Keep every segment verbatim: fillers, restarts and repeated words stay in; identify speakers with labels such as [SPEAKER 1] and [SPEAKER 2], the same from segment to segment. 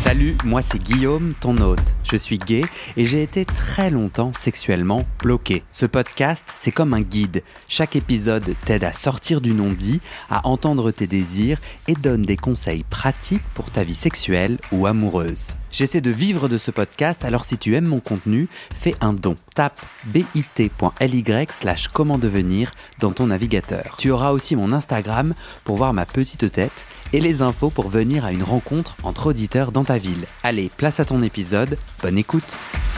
[SPEAKER 1] Salut, moi c'est Guillaume, ton hôte. Je suis gay et j'ai été très longtemps sexuellement bloqué. Ce podcast, c'est comme un guide. Chaque épisode t'aide à sortir du non-dit, à entendre tes désirs et donne des conseils pratiques pour ta vie sexuelle ou amoureuse. J'essaie de vivre de ce podcast, alors si tu aimes mon contenu, fais un don. Tape bit.ly slash comment devenir dans ton navigateur. Tu auras aussi mon Instagram pour voir ma petite tête et les infos pour venir à une rencontre entre auditeurs dans ta ville. Allez, place à ton épisode, bonne écoute.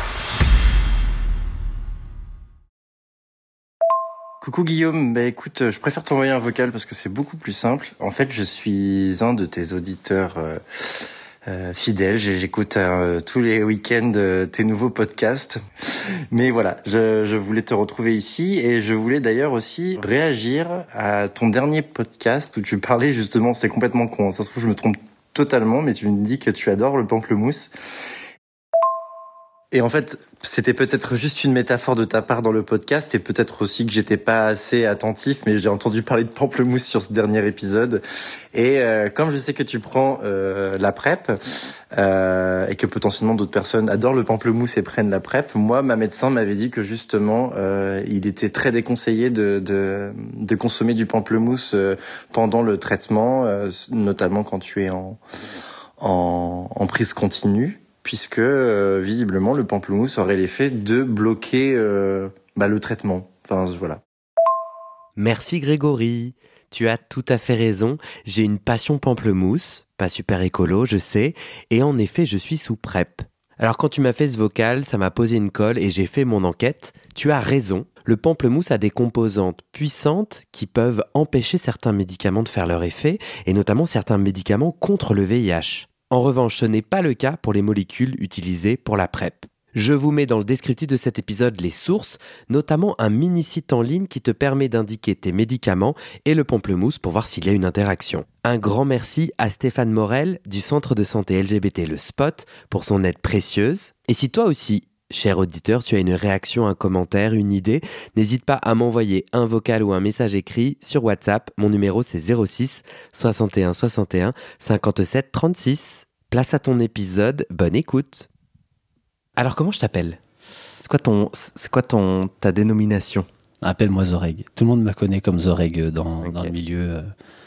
[SPEAKER 2] Coucou Guillaume, bah écoute, je préfère t'envoyer un vocal parce que c'est beaucoup plus simple. En fait, je suis un de tes auditeurs euh, euh, fidèles. J'écoute euh, tous les week-ends euh, tes nouveaux podcasts. Mais voilà, je, je voulais te retrouver ici et je voulais d'ailleurs aussi réagir à ton dernier podcast où tu parlais justement, c'est complètement con, ça se trouve je me trompe totalement, mais tu me dis que tu adores le pamplemousse. Et en fait, c'était peut-être juste une métaphore de ta part dans le podcast et peut-être aussi que j'étais pas assez attentif, mais j'ai entendu parler de pamplemousse sur ce dernier épisode. Et euh, comme je sais que tu prends euh, la PrEP euh, et que potentiellement d'autres personnes adorent le pamplemousse et prennent la PrEP, moi, ma médecin m'avait dit que justement, euh, il était très déconseillé de, de, de consommer du pamplemousse euh, pendant le traitement, euh, notamment quand tu es en, en, en prise continue. Puisque euh, visiblement le pamplemousse aurait l'effet de bloquer euh, bah, le traitement. Enfin voilà.
[SPEAKER 1] Merci Grégory, tu as tout à fait raison, j'ai une passion pamplemousse, pas super écolo je sais, et en effet je suis sous PrEP. Alors quand tu m'as fait ce vocal, ça m'a posé une colle et j'ai fait mon enquête, tu as raison, le pamplemousse a des composantes puissantes qui peuvent empêcher certains médicaments de faire leur effet, et notamment certains médicaments contre le V I H. En revanche, ce n'est pas le cas pour les molécules utilisées pour la PrEP. Je vous mets dans le descriptif de cet épisode les sources, notamment un mini-site en ligne qui te permet d'indiquer tes médicaments et le pamplemousse pour voir s'il y a une interaction. Un grand merci à Stéphane Morel du Centre de santé L G B T Le Spot pour son aide précieuse. Et si toi aussi, cher auditeur, tu as une réaction, un commentaire, une idée, n'hésite pas à m'envoyer un vocal ou un message écrit sur WhatsApp. Mon numéro c'est zéro six soixante et un soixante et un cinquante-sept trente-six. Place à ton épisode, bonne écoute. Alors comment je t'appelle ? C'est quoi ton, c'est quoi ton, ta dénomination ?
[SPEAKER 3] Appelle-moi Zoreg. Tout le monde me connaît comme Zoreg dans,
[SPEAKER 1] Okay.
[SPEAKER 3] dans le milieu, euh,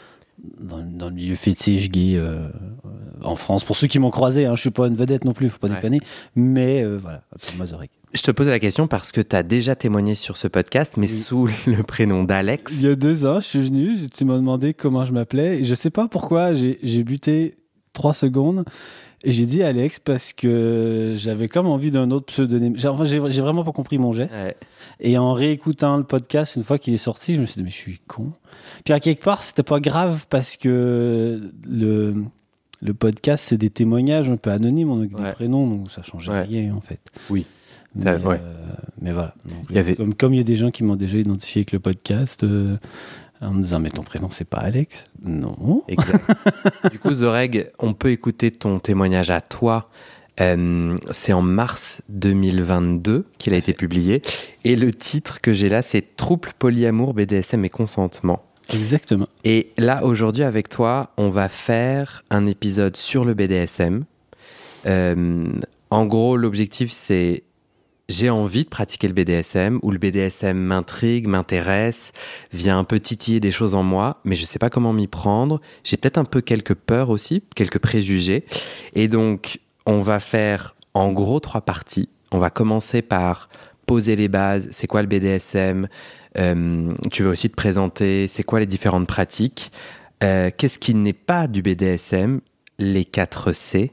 [SPEAKER 3] dans, dans le milieu fétiche gay euh, en France. Pour ceux qui m'ont croisé, hein, je suis pas une vedette non plus, faut pas
[SPEAKER 1] Ouais.
[SPEAKER 3] déconner. Mais euh, voilà, appelle-moi Zoreg.
[SPEAKER 1] Je te pose la question parce que tu as déjà témoigné sur ce podcast, mais
[SPEAKER 3] Oui.
[SPEAKER 1] sous le prénom d'Alex.
[SPEAKER 3] Il y a deux ans, je suis venu, tu m'as demandé comment je m'appelais. Et je sais pas pourquoi, j'ai, j'ai buté trois secondes. Et j'ai dit Alex parce que j'avais comme envie d'un autre pseudonyme. J'ai, enfin, j'ai, j'ai vraiment pas compris mon geste.
[SPEAKER 1] Ouais.
[SPEAKER 3] Et en réécoutant le podcast, une fois qu'il est sorti, je me suis dit, mais je suis con. Puis à quelque part, c'était pas grave parce que le, le podcast, c'est des témoignages un peu anonymes, on a que
[SPEAKER 1] Ouais.
[SPEAKER 3] des prénoms, donc ça changeait
[SPEAKER 1] Ouais.
[SPEAKER 3] rien en fait.
[SPEAKER 1] Oui.
[SPEAKER 3] Mais,
[SPEAKER 1] Ça, ouais.
[SPEAKER 3] euh, mais voilà. Donc,
[SPEAKER 1] Il y avait-
[SPEAKER 3] comme, comme il y a des gens qui m'ont déjà identifié avec le podcast, euh, en me disant, mais ton prénom, c'est pas Alex ? Non.
[SPEAKER 1] Exact. Du coup, Zoreg, on peut écouter ton témoignage à toi. Euh, c'est en mars deux mille vingt-deux qu'il a été publié. Et le titre que j'ai là, c'est Trouble, polyamour, B D S M et consentement.
[SPEAKER 3] Exactement.
[SPEAKER 1] Et là, aujourd'hui, avec toi, on va faire un épisode sur le B D S M. Euh, en gros, l'objectif, c'est j'ai envie de pratiquer le B D S M, ou le B D S M m'intrigue, m'intéresse, vient un peu titiller des choses en moi, mais je ne sais pas comment m'y prendre. J'ai peut-être un peu quelques peurs aussi, quelques préjugés. Et donc, on va faire en gros trois parties. On va commencer par poser les bases. C'est quoi le B D S M ? Euh, tu vas aussi te présenter. C'est quoi les différentes pratiques ? Euh, qu'est-ce qui n'est pas du B D S M ? Les quatre C,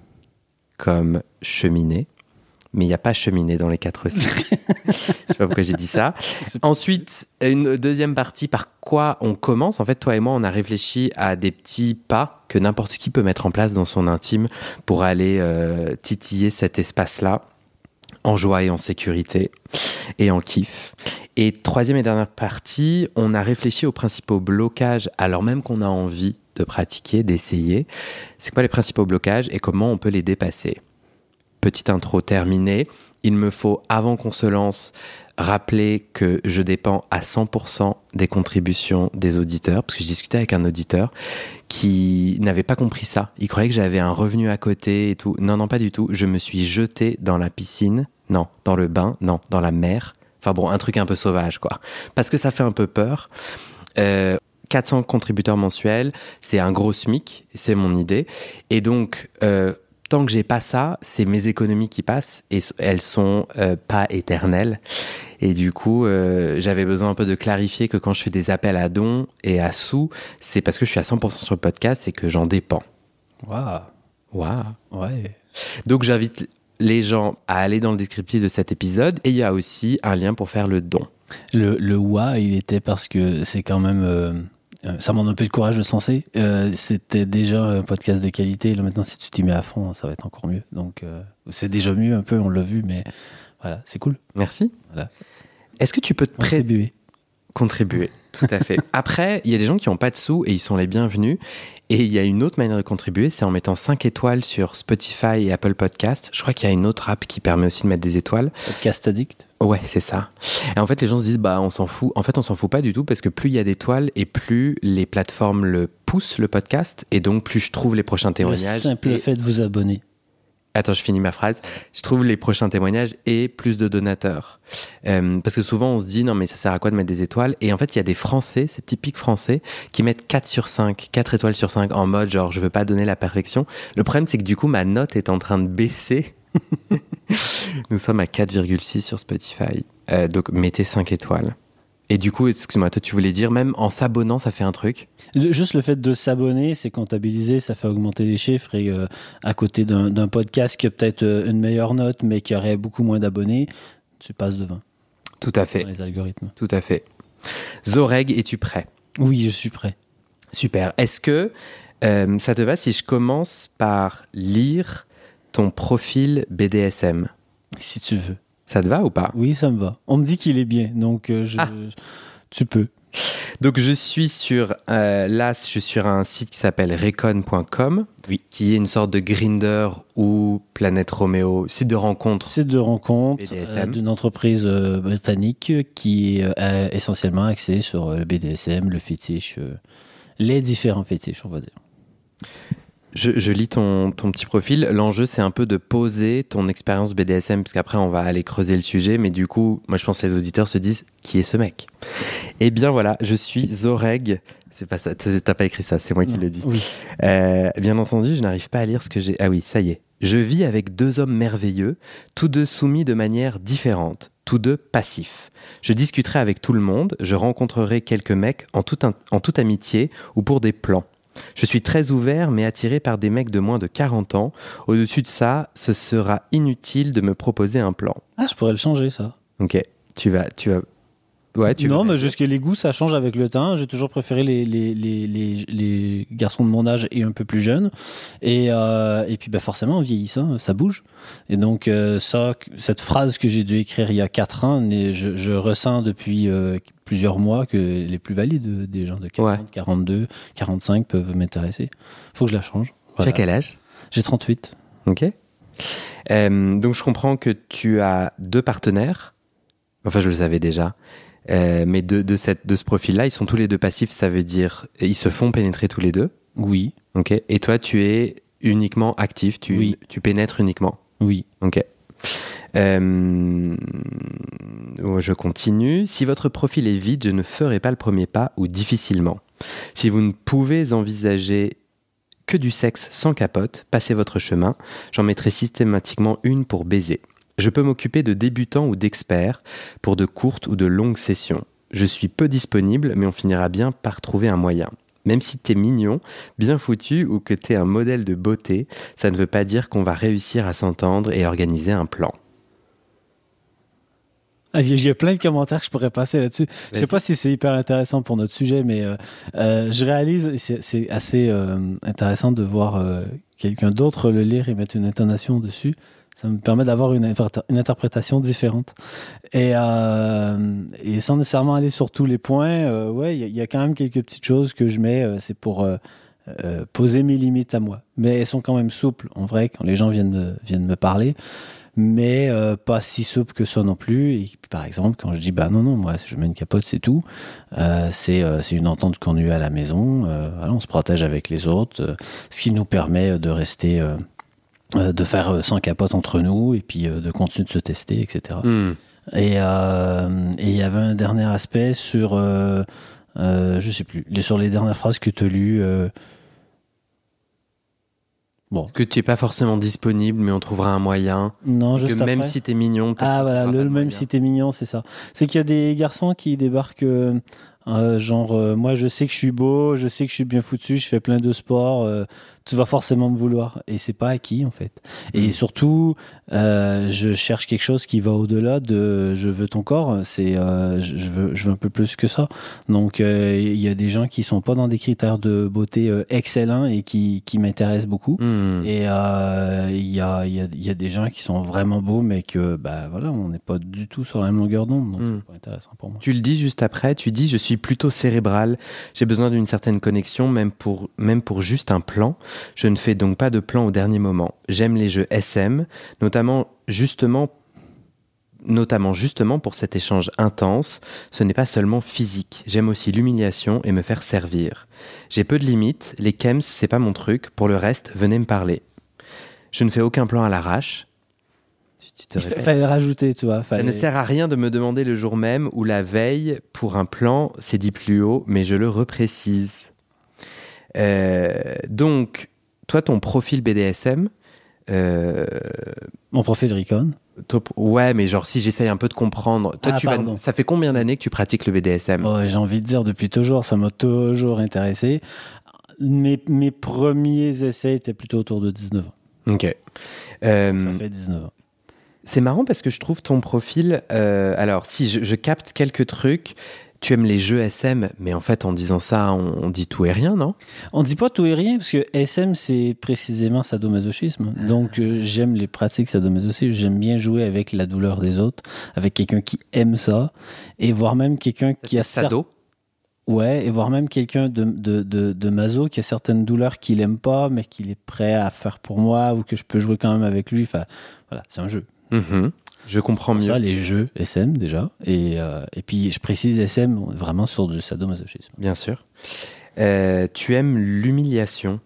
[SPEAKER 1] comme cheminée. Mais il n'y a pas cheminée dans les quatre C. Je ne sais pas pourquoi j'ai dit ça. Ensuite, une deuxième partie, par quoi on commence. En fait, toi et moi, on a réfléchi à des petits pas que n'importe qui peut mettre en place dans son intime pour aller euh, titiller cet espace-là en joie et en sécurité et en kiff. Et troisième et dernière partie, on a réfléchi aux principaux blocages alors même qu'on a envie de pratiquer, d'essayer. C'est quoi les principaux blocages et comment on peut les dépasser ? Petite intro terminée. Il me faut, avant qu'on se lance, rappeler que je dépends à cent pour cent des contributions des auditeurs, parce que je discutais avec un auditeur qui n'avait pas compris ça. Il croyait que j'avais un revenu à côté et tout. Non, non, pas du tout. Je me suis jeté dans la piscine, non, dans le bain, non, dans la mer. Enfin bon, un truc un peu sauvage, quoi. Parce que ça fait un peu peur. Euh, quatre cents contributeurs mensuels, c'est un gros SMIC, c'est mon idée. Et donc... Euh, tant que j'ai pas ça, c'est mes économies qui passent et elles sont euh, pas éternelles. Et du coup, euh, j'avais besoin un peu de clarifier que quand je fais des appels à dons et à sous, c'est parce que je suis à cent pour cent sur le podcast et que j'en dépends.
[SPEAKER 3] Waouh.
[SPEAKER 1] Waouh.
[SPEAKER 3] Ouais.
[SPEAKER 1] Donc j'invite les gens à aller dans le descriptif de cet épisode et il y a aussi un lien pour faire le don.
[SPEAKER 3] Le, le wa, il était parce que c'est quand même... Euh... Ça demande un peu de courage de se lancer. Euh, c'était déjà un podcast de qualité. Là, maintenant, si tu t'y mets à fond, ça va être encore mieux. Donc, euh, c'est déjà mieux un peu, on l'a vu, mais voilà, c'est cool.
[SPEAKER 1] Merci.
[SPEAKER 3] Voilà.
[SPEAKER 1] Est-ce que tu peux te
[SPEAKER 3] contribuer
[SPEAKER 1] Contribuer, tout à fait. Après, il y a des gens qui n'ont pas de sous et ils sont les bienvenus. Et il y a une autre manière de contribuer, c'est en mettant cinq étoiles sur Spotify et Apple Podcast. Je crois qu'il y a une autre app qui permet aussi de mettre des étoiles.
[SPEAKER 3] Podcast Addict.
[SPEAKER 1] Ouais, c'est ça. Et en fait, les gens se disent, bah, on s'en fout. En fait, on s'en fout pas du tout parce que plus il y a d'étoiles et plus les plateformes le poussent, le podcast. Et donc, plus je trouve les prochains témoignages.
[SPEAKER 3] Le simple
[SPEAKER 1] et...
[SPEAKER 3] fait de vous abonner.
[SPEAKER 1] Attends, je finis ma phrase. Je trouve les prochains témoignages et plus de donateurs. Euh, parce que souvent, on se dit, non, mais ça sert à quoi de mettre des étoiles ? Et en fait, il y a des Français, c'est typique Français, qui mettent quatre sur cinq, quatre étoiles sur cinq, en mode, genre, je veux pas donner la perfection. Le problème, c'est que du coup, ma note est en train de baisser. Nous sommes à quatre virgule six sur Spotify. Euh, donc, mettez cinq étoiles. Et du coup, excuse-moi, toi, tu voulais dire, même en s'abonnant, ça fait un truc ?
[SPEAKER 3] Juste le fait de s'abonner, c'est comptabilisé, ça fait augmenter les chiffres. Et euh, à côté d'un, d'un podcast qui a peut-être une meilleure note, mais qui aurait beaucoup moins d'abonnés, tu passes devant.
[SPEAKER 1] Tout à fait.
[SPEAKER 3] Dans les algorithmes.
[SPEAKER 1] Tout à fait. Zoreg, es-tu prêt ?
[SPEAKER 3] Oui, je suis prêt.
[SPEAKER 1] Super. Est-ce que euh, ça te va si je commence par lire ton profil B D S M ?
[SPEAKER 3] Si tu veux.
[SPEAKER 1] Ça te va ou pas ?
[SPEAKER 3] Oui, ça me va. On me dit qu'il est bien, donc euh, je,
[SPEAKER 1] ah.
[SPEAKER 3] je, tu peux.
[SPEAKER 1] Donc je suis sur, euh, là, je suis sur un site qui s'appelle recon point com,
[SPEAKER 3] oui.
[SPEAKER 1] qui est une sorte de Grindr ou Planète Roméo, site de rencontre.
[SPEAKER 3] Site de rencontre euh, d'une entreprise euh, britannique qui est euh, essentiellement axée sur le B D S M, le fétiche, euh, les différents fétiches, on va dire.
[SPEAKER 1] Je, je lis ton, ton petit profil. L'enjeu, c'est un peu de poser ton expérience B D S M, parce qu'après, on va aller creuser le sujet. Mais du coup, moi, je pense que les auditeurs se disent, qui est ce mec ? Eh bien, voilà, je suis Zoreg. C'est pas ça, t'as pas écrit ça, c'est moi qui
[SPEAKER 3] non,
[SPEAKER 1] le dis.
[SPEAKER 3] Oui.
[SPEAKER 1] Euh, bien entendu, je n'arrive pas à lire ce que j'ai... Ah oui, ça y est. Je vis avec deux hommes merveilleux, tous deux soumis de manière différente, tous deux passifs. Je discuterai avec tout le monde, je rencontrerai quelques mecs en toute, un, en toute amitié ou pour des plans. Je suis très ouvert, mais attiré par des mecs de moins de quarante ans. Au-dessus de ça, ce sera inutile de me proposer un plan.
[SPEAKER 3] Ah, je pourrais le changer, ça.
[SPEAKER 1] Ok, tu vas... Tu vas... Ouais, tu
[SPEAKER 3] non,
[SPEAKER 1] vas...
[SPEAKER 3] mais juste que les goûts, ça change avec le temps. J'ai toujours préféré les, les, les, les, les garçons de mon âge et un peu plus jeunes. Et, euh, et puis, bah, forcément, en vieillissant, ça bouge. Et donc, euh, ça, cette phrase que j'ai dû écrire il y a quatre ans, je, je ressens depuis euh, plusieurs mois que les plus valides des gens de quarante, ouais. quarante-deux, quarante-cinq peuvent m'intéresser. Il faut que je la change.
[SPEAKER 1] Voilà. Tu as quel âge ?
[SPEAKER 3] J'ai trente-huit.
[SPEAKER 1] Ok. Euh, donc, je comprends que tu as deux partenaires. Enfin, je le savais déjà. Euh, mais de, de, cette, de ce profil-là, ils sont tous les deux passifs, ça veut dire ils se font pénétrer tous les deux ?
[SPEAKER 3] Oui.
[SPEAKER 1] Ok. Et toi, tu es uniquement actif, tu,
[SPEAKER 3] oui.
[SPEAKER 1] tu pénètres uniquement ?
[SPEAKER 3] Oui.
[SPEAKER 1] Ok. Euh, je continue. Si votre profil est vide, je ne ferai pas le premier pas ou difficilement. Si vous ne pouvez envisager que du sexe sans capote, passez votre chemin. J'en mettrai systématiquement une pour baiser. Je peux m'occuper de débutants ou d'experts pour de courtes ou de longues sessions. Je suis peu disponible, mais on finira bien par trouver un moyen. Même si t'es mignon, bien foutu ou que t'es un modèle de beauté, ça ne veut pas dire qu'on va réussir à s'entendre et organiser un plan.
[SPEAKER 3] Ah, il y a plein de commentaires que je pourrais passer là-dessus. Vas-y. Je sais pas si c'est hyper intéressant pour notre sujet, mais euh, euh, je réalise, c'est, c'est assez euh, intéressant de voir euh, quelqu'un d'autre le lire et mettre une intonation dessus. Ça me permet d'avoir une, une interprétation différente. Et, euh, et sans nécessairement aller sur tous les points, euh, ouais, il y, y a quand même quelques petites choses que je mets. Euh, c'est pour euh, euh, poser mes limites à moi. Mais elles sont quand même souples, en vrai, quand les gens viennent me, viennent me parler. mais euh, pas si souple que ça non plus. Et puis, par exemple, quand je dis bah non non, moi je mets une capote, c'est tout. Euh, c'est euh, c'est une entente qu'on a eue à la maison. Euh, voilà, on se protège avec les autres, euh, ce qui nous permet de rester, euh, euh, de faire sans capote entre nous et puis euh, de continuer de se tester, et cetera. Mm. Et euh, et il y avait un dernier aspect sur euh, euh, je sais plus, sur les dernières phrases que tu as lues. Euh,
[SPEAKER 1] Bon. Que tu n'es pas forcément disponible, mais on trouvera un moyen.
[SPEAKER 3] Non, juste
[SPEAKER 1] que même
[SPEAKER 3] après.
[SPEAKER 1] si tu es mignon,
[SPEAKER 3] ah voilà, le même si tu es mignon, c'est ça. C'est qu'il y a des garçons qui débarquent, euh, euh, genre, euh, moi je sais que je suis beau, je sais que je suis bien foutu, je fais plein de sport, euh, tu vas forcément me vouloir. Et c'est pas acquis en fait. Et mmh. surtout, euh, je cherche quelque chose qui va au-delà de je veux ton corps, c'est euh, je, veux, je veux un peu plus que ça. Donc il euh, y a des gens qui sont pas dans des critères de beauté euh, excellents et qui, qui m'intéressent beaucoup. Mmh. Et il euh, y, a, y, a, y a des gens qui sont vraiment beaux, mais que bah, voilà, on n'est pas du tout sur la même longueur d'onde. Donc mmh. c'est pas intéressant pour moi.
[SPEAKER 1] Tu le dis juste après, tu dis je suis plutôt cérébral, j'ai besoin d'une certaine connexion, même pour, même pour juste un plan. Je ne fais donc pas de plan au dernier moment. J'aime les jeux S M, notamment justement, notamment justement pour cet échange intense. Ce n'est pas seulement physique. J'aime aussi l'humiliation et me faire servir. J'ai peu de limites. Les chems, c'est pas mon truc. Pour le reste, venez me parler. Je ne fais aucun plan à l'arrache.
[SPEAKER 3] Tu te Il fallait rajouter, tu vois. Fallait...
[SPEAKER 1] Ça ne sert à rien de me demander le jour même ou la veille pour un plan. C'est dit plus haut, mais je le reprécise. Euh, donc, toi, ton profil B D S M... Euh...
[SPEAKER 3] Mon profil Recon.
[SPEAKER 1] Top. Ouais, mais genre, si j'essaye un peu de comprendre... Toi,
[SPEAKER 3] ah,
[SPEAKER 1] tu vas... Ça fait combien d'années que tu pratiques le B D S M ?
[SPEAKER 3] Oh, j'ai envie de dire depuis toujours, ça m'a toujours intéressé. Mes, mes premiers essais étaient plutôt autour de dix-neuf ans.
[SPEAKER 1] Ok. Euh...
[SPEAKER 3] Ça fait dix-neuf ans.
[SPEAKER 1] C'est marrant parce que je trouve ton profil... Euh... Alors, si, je, je capte quelques trucs... Tu aimes les jeux S M, mais en fait, en disant ça, on, on dit tout et rien, non ?
[SPEAKER 3] On dit pas tout et rien, parce que S M, c'est précisément sadomasochisme. Donc, euh, j'aime les pratiques sadomasochisme. J'aime bien jouer avec la douleur des autres, avec quelqu'un qui aime ça, et voire même quelqu'un
[SPEAKER 1] ça,
[SPEAKER 3] qui a...
[SPEAKER 1] Sado ?
[SPEAKER 3] Cer... Ouais, et voire même quelqu'un de, de, de, de maso qui a certaines douleurs qu'il aime pas, mais qu'il est prêt à faire pour moi, ou que je peux jouer quand même avec lui. Enfin, voilà, c'est un jeu.
[SPEAKER 1] Mm-hmm. Je comprends mieux.
[SPEAKER 3] Ça, les jeux S M déjà. Et, euh, et puis, je précise S M vraiment sur du sadomasochisme.
[SPEAKER 1] Bien sûr. Euh, tu aimes l'humiliation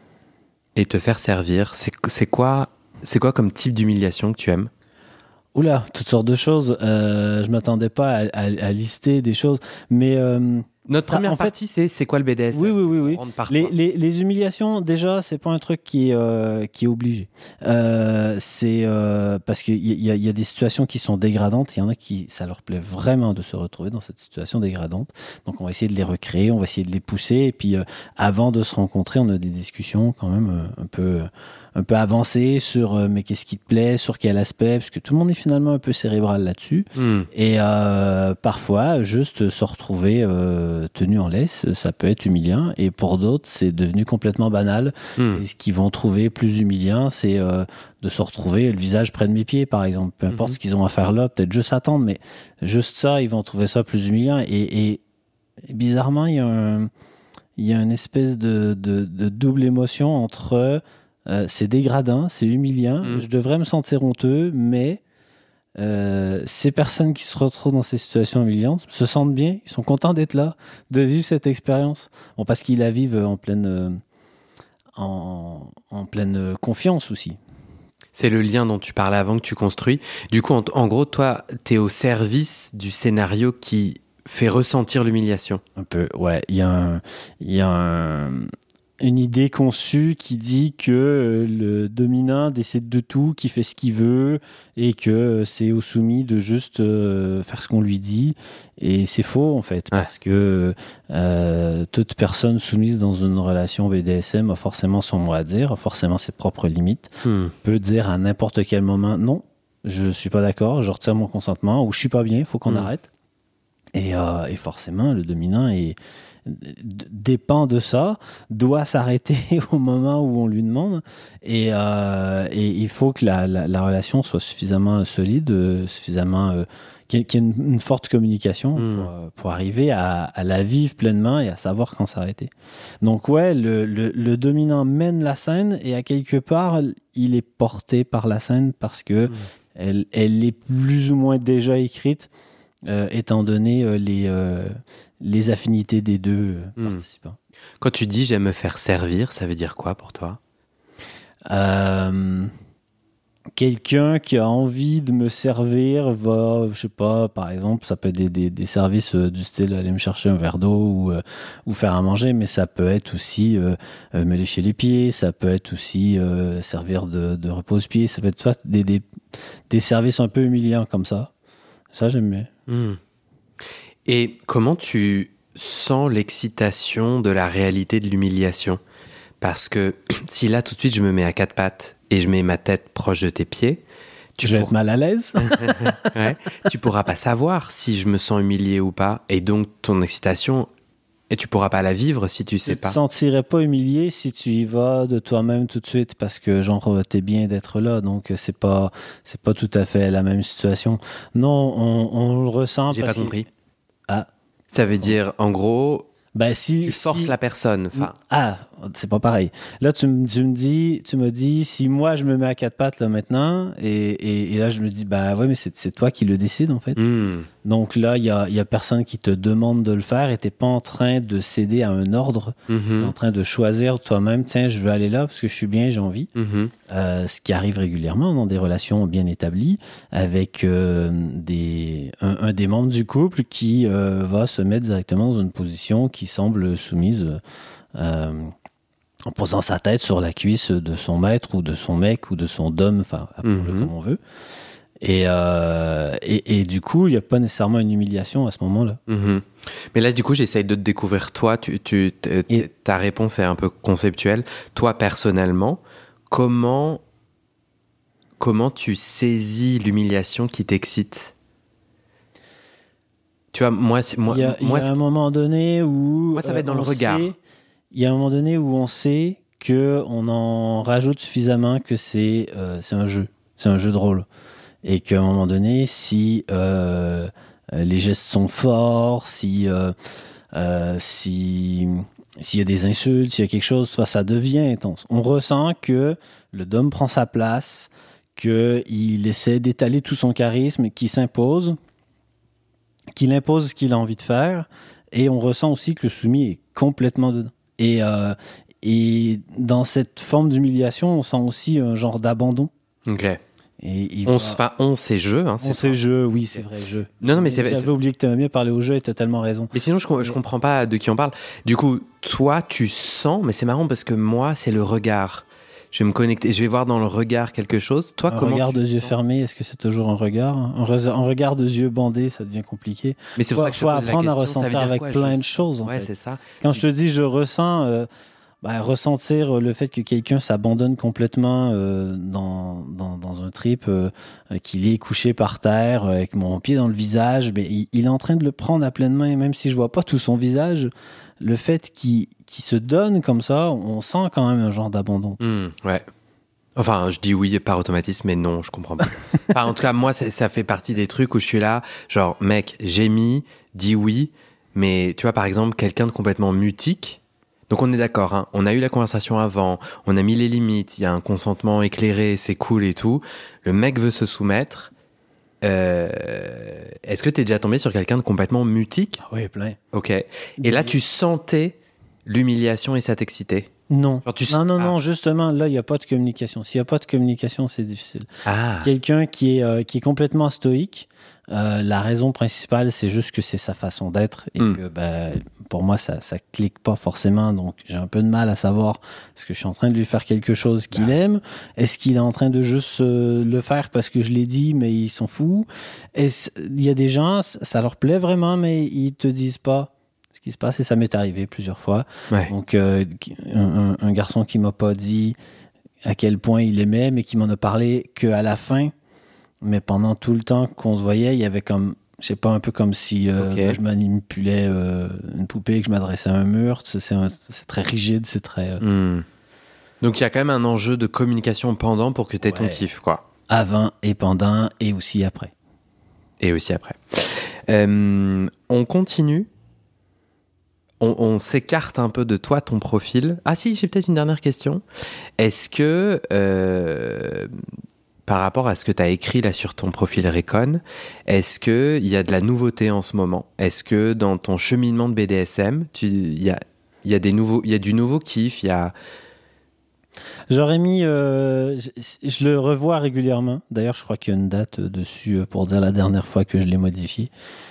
[SPEAKER 1] et te faire servir. C'est, c'est, quoi, c'est quoi comme type d'humiliation que tu aimes ?
[SPEAKER 3] Oula, toutes sortes de choses. Euh, je ne m'attendais pas à, à, à lister des choses. Mais... Euh,
[SPEAKER 1] Notre ça, première en partie, fait, c'est, c'est quoi le B D S M ?
[SPEAKER 3] Oui, oui, oui. oui. Les, les, les humiliations, déjà, c'est pas un truc qui est, euh, qui est obligé. Euh, c'est euh, parce qu'il y, y, y a des situations qui sont dégradantes. Il y en a qui, ça leur plaît vraiment de se retrouver dans cette situation dégradante. Donc, on va essayer de les recréer, on va essayer de les pousser. Et puis, euh, avant de se rencontrer, on a des discussions quand même euh, un peu... Euh, un peu avancé sur euh, mais qu'est-ce qui te plaît, sur quel aspect, parce que tout le monde est finalement un peu cérébral là-dessus. Mm. Et euh, parfois, juste se retrouver euh, tenu en laisse, ça peut être humiliant. Et pour d'autres, c'est devenu complètement banal. Mm. Et ce qu'ils vont trouver plus humiliant, c'est euh, de se retrouver le visage près de mes pieds, par exemple. Peu importe mm-hmm. ce qu'ils ont à faire là, peut-être juste attendre, mais juste ça, ils vont trouver ça plus humiliant. Et, et, et bizarrement, il y a un, il y a une espèce de, de, de double émotion entre... Euh, c'est dégradant, c'est humiliant, mmh. je devrais me sentir honteux, mais euh, ces personnes qui se retrouvent dans ces situations humiliantes se sentent bien, ils sont contents d'être là, de vivre cette expérience. Bon, parce qu'ils la vivent en pleine, euh, en, en pleine confiance aussi.
[SPEAKER 1] C'est le lien dont tu parlais avant que tu construis. Du coup, en, en gros, toi, t'es au service du scénario qui fait ressentir l'humiliation.
[SPEAKER 3] Un peu, ouais. Il y a un... Y a un une idée conçue qui dit que le dominant décide de tout, qui fait ce qu'il veut et que c'est au soumis de juste euh, faire ce qu'on lui dit. Et c'est faux en fait, ouais. parce que euh, toute personne soumise dans une relation B D S M a forcément son mot à dire, a forcément ses propres limites, hmm. peut dire à n'importe quel moment non, je suis pas d'accord, je retire mon consentement ou je suis pas bien, il faut qu'on hmm. arrête. Et, euh, et forcément, le dominant est dépend de ça, doit s'arrêter au moment où on lui demande et, euh, et il faut que la, la, la relation soit suffisamment solide, suffisamment euh, qu'il y ait une, une forte communication mmh. pour, pour arriver à, à la vivre pleinement et à savoir quand s'arrêter. Donc ouais, le, le, le dominant mène la scène et à quelque part il est porté par la scène parce que mmh. elle, elle est plus ou moins déjà écrite, euh, étant donné euh, les, euh, les affinités des deux euh,
[SPEAKER 1] Hmm.
[SPEAKER 3] participants.
[SPEAKER 1] Quand tu dis j'aime me faire servir, ça veut dire quoi pour toi?
[SPEAKER 3] Euh, quelqu'un qui a envie de me servir va, je sais pas, par exemple, ça peut être des, des, des services euh, du style aller me chercher un verre d'eau ou, euh, ou faire à manger, mais ça peut être aussi euh, euh, me lécher les pieds, ça peut être aussi euh, servir de, de repose-pied, ça peut être soit des, des, des services un peu humiliants comme ça. Ça, j'aime bien.
[SPEAKER 1] Hmm. Et comment tu sens l'excitation de la réalité de l'humiliation? Parce que si là, tout de suite, je me mets à quatre pattes et je mets ma tête proche de tes pieds, tu
[SPEAKER 3] je vais
[SPEAKER 1] pour-
[SPEAKER 3] être mal à l'aise.
[SPEAKER 1] ouais, tu pourras pas savoir si je me sens humilié ou pas. Et donc, ton excitation, et tu pourras pas la vivre si tu sais
[SPEAKER 3] Tu te
[SPEAKER 1] pas.
[SPEAKER 3] sentirais pas humilié si tu y vas de toi-même tout de suite parce que genre t'es bien d'être là, donc c'est pas c'est pas tout à fait la même situation. Non, on, on le ressent.
[SPEAKER 1] J'ai pas
[SPEAKER 3] parce que-
[SPEAKER 1] compris.
[SPEAKER 3] Ah,
[SPEAKER 1] Ça veut dire, en gros,
[SPEAKER 3] ben si
[SPEAKER 1] tu forces
[SPEAKER 3] si-
[SPEAKER 1] la personne. Enfin,
[SPEAKER 3] Ah, c'est pas pareil. Là, tu, me- tu me dis, tu me dis, si moi je me mets à quatre pattes là maintenant, et, et, et là je me dis, bah ouais, mais c'est, c'est toi qui le décide en fait.
[SPEAKER 1] hmm,
[SPEAKER 3] Donc là, il y a, il y a personne qui te demande de le faire, et t'es pas en train de céder à un ordre. T'es
[SPEAKER 1] mhm,
[SPEAKER 3] en train de choisir toi-même, tiens, je veux aller là parce que je suis bien, j'ai envie.
[SPEAKER 1] mhm,
[SPEAKER 3] Euh, ce qui arrive régulièrement dans des relations bien établies avec euh, des, un, un des membres du couple qui euh, va se mettre directement dans une position qui semble soumise euh, en posant sa tête sur la cuisse de son maître ou de son mec ou de son dom, enfin, appelons-le
[SPEAKER 1] Mhm.
[SPEAKER 3] comme on veut. Et, euh, et, et du coup, il n'y a pas nécessairement une humiliation à ce moment-là.
[SPEAKER 1] mhm. Mais là, du coup, j'essaye de te découvrir toi. Tu, tu, t- t-
[SPEAKER 3] Et-
[SPEAKER 1] ta réponse est un peu conceptuelle. Toi, personnellement, comment, comment tu saisis l'humiliation qui t'excite? Tu vois, moi, c'est- moi,
[SPEAKER 3] Il y a, il y
[SPEAKER 1] moi,
[SPEAKER 3] a un moment donné où...
[SPEAKER 1] moi, ça va être dans
[SPEAKER 3] euh,
[SPEAKER 1] le
[SPEAKER 3] on
[SPEAKER 1] regard.
[SPEAKER 3] sait- Il y a un moment donné où on sait qu'on en rajoute suffisamment que c'est euh, c'est un jeu. C'est un jeu de rôle. Et qu'à un moment donné, si euh, les gestes sont forts, si... euh, euh, si s'il y a des insultes, s'il y a quelque chose, ça, ça devient intense. On ressent que le dom prend sa place, qu'il essaie d'étaler tout son charisme, qu'il s'impose, qu'il impose ce qu'il a envie de faire, et on ressent aussi que le soumis est complètement dedans. Et, euh, et dans cette forme d'humiliation, on sent aussi un genre d'abandon.
[SPEAKER 1] Ok.
[SPEAKER 3] Et il
[SPEAKER 1] On,
[SPEAKER 3] va-
[SPEAKER 1] s- enfin, on, c'est jeu. Hein,
[SPEAKER 3] on
[SPEAKER 1] c'est
[SPEAKER 3] sait
[SPEAKER 1] pas-
[SPEAKER 3] jeu, oui, c'est vrai, jeu.
[SPEAKER 1] Non, non, mais c'est-
[SPEAKER 3] J'avais
[SPEAKER 1] c'est-
[SPEAKER 3] oublié que tu aimais bien parler au jeu et tu as tellement raison.
[SPEAKER 1] Mais sinon, je, com- je comprends pas de qui on parle. Du coup, toi, tu sens, mais c'est marrant parce que moi, c'est le regard. Je vais me connecter, je vais voir dans le regard quelque chose. Toi,
[SPEAKER 3] Un
[SPEAKER 1] comment
[SPEAKER 3] regard
[SPEAKER 1] tu
[SPEAKER 3] de yeux
[SPEAKER 1] sens
[SPEAKER 3] fermés, est-ce que c'est toujours un regard un, re- un regard de yeux bandés, ça devient compliqué.
[SPEAKER 1] Mais c'est
[SPEAKER 3] Il
[SPEAKER 1] pour
[SPEAKER 3] faut,
[SPEAKER 1] ça que je te
[SPEAKER 3] faut
[SPEAKER 1] pose la
[SPEAKER 3] apprendre à
[SPEAKER 1] question, ça veut
[SPEAKER 3] ressentir
[SPEAKER 1] dire
[SPEAKER 3] avec
[SPEAKER 1] quoi,
[SPEAKER 3] plein
[SPEAKER 1] je-
[SPEAKER 3] de choses. En
[SPEAKER 1] Ouais,
[SPEAKER 3] fait.
[SPEAKER 1] c'est ça.
[SPEAKER 3] Quand je te dis je ressens, euh, bah, ressentir le fait que quelqu'un s'abandonne complètement euh, dans, dans, dans un trip, euh, euh, qu'il est couché par terre euh, avec mon pied dans le visage, mais il, il est en train de le prendre à pleine main, et même si je vois pas tout son visage, le fait qu'il, qu'il se donne comme ça, on sent quand même un genre d'abandon.
[SPEAKER 1] Hmm, ouais. Enfin, je dis oui par automatisme, mais non, je comprends pas. Enfin, en tout cas, moi, c'est- ça fait partie des trucs où je suis là, genre, mec, j'ai mis, dis oui, mais tu vois, par exemple, quelqu'un de complètement mutique. Donc, on est d'accord, hein, on a eu la conversation avant, on a mis les limites, il y a un consentement éclairé, c'est cool et tout. Le mec veut se soumettre. Euh, est-ce que t'es déjà tombé sur quelqu'un de complètement mutique?
[SPEAKER 3] Ah oui, plein.
[SPEAKER 1] Ok. Et là, tu sentais l'humiliation et ça t'excitait?
[SPEAKER 3] Non.
[SPEAKER 1] Genre, tu-
[SPEAKER 3] non, non,
[SPEAKER 1] Ah.
[SPEAKER 3] non, justement, là, il n'y a pas de communication. S'il n'y a pas de communication, c'est difficile.
[SPEAKER 1] Ah.
[SPEAKER 3] Quelqu'un qui est, euh, qui est complètement stoïque, euh, la raison principale, c'est juste que c'est sa façon d'être et
[SPEAKER 1] Mm.
[SPEAKER 3] que ben, pour moi, ça ne clique pas forcément. Donc, j'ai un peu de mal à savoir est-ce que je suis en train de lui faire quelque chose qu'il
[SPEAKER 1] Bah.
[SPEAKER 3] aime? Est-ce qu'il est en train de juste euh, le faire parce que je l'ai dit, mais ils s'en foutent? Est-ce- Il y a des gens, c- ça leur plaît vraiment, mais ils te disent pas ce qui se passe et ça m'est arrivé plusieurs fois.
[SPEAKER 1] Ouais.
[SPEAKER 3] Donc, euh, un, un- un garçon qui m'a pas dit à quel point il aimait, mais qui m'en a parlé qu'à la fin. Mais pendant tout le temps qu'on se voyait, il y avait comme, je sais pas, un peu comme si euh,
[SPEAKER 1] Ok.
[SPEAKER 3] ben, je manipulais euh, une poupée, que je m'adressais à un mur. C'est, c'est un- c'est très rigide, c'est très euh,
[SPEAKER 1] Hmm. Donc il y a quand même un enjeu de communication pendant pour que tu aies ton
[SPEAKER 3] Ouais.
[SPEAKER 1] kiff, quoi.
[SPEAKER 3] avant et pendant et aussi après.
[SPEAKER 1] Et aussi après. Euh, on continue. On, on s'écarte un peu de toi, ton profil. Ah si, j'ai peut-être une dernière question. Est-ce que euh, par rapport à ce que tu as écrit là sur ton profil Recon, est-ce qu'il y a de la nouveauté en ce moment? Est-ce que dans ton cheminement de B D S M, il y a, y a des nouveaux, y a du nouveau kiff, il y a...
[SPEAKER 3] J'aurais mis, euh, je, je le revois régulièrement. D'ailleurs, je crois qu'il y a une date dessus pour dire la dernière fois que je l'ai modifié.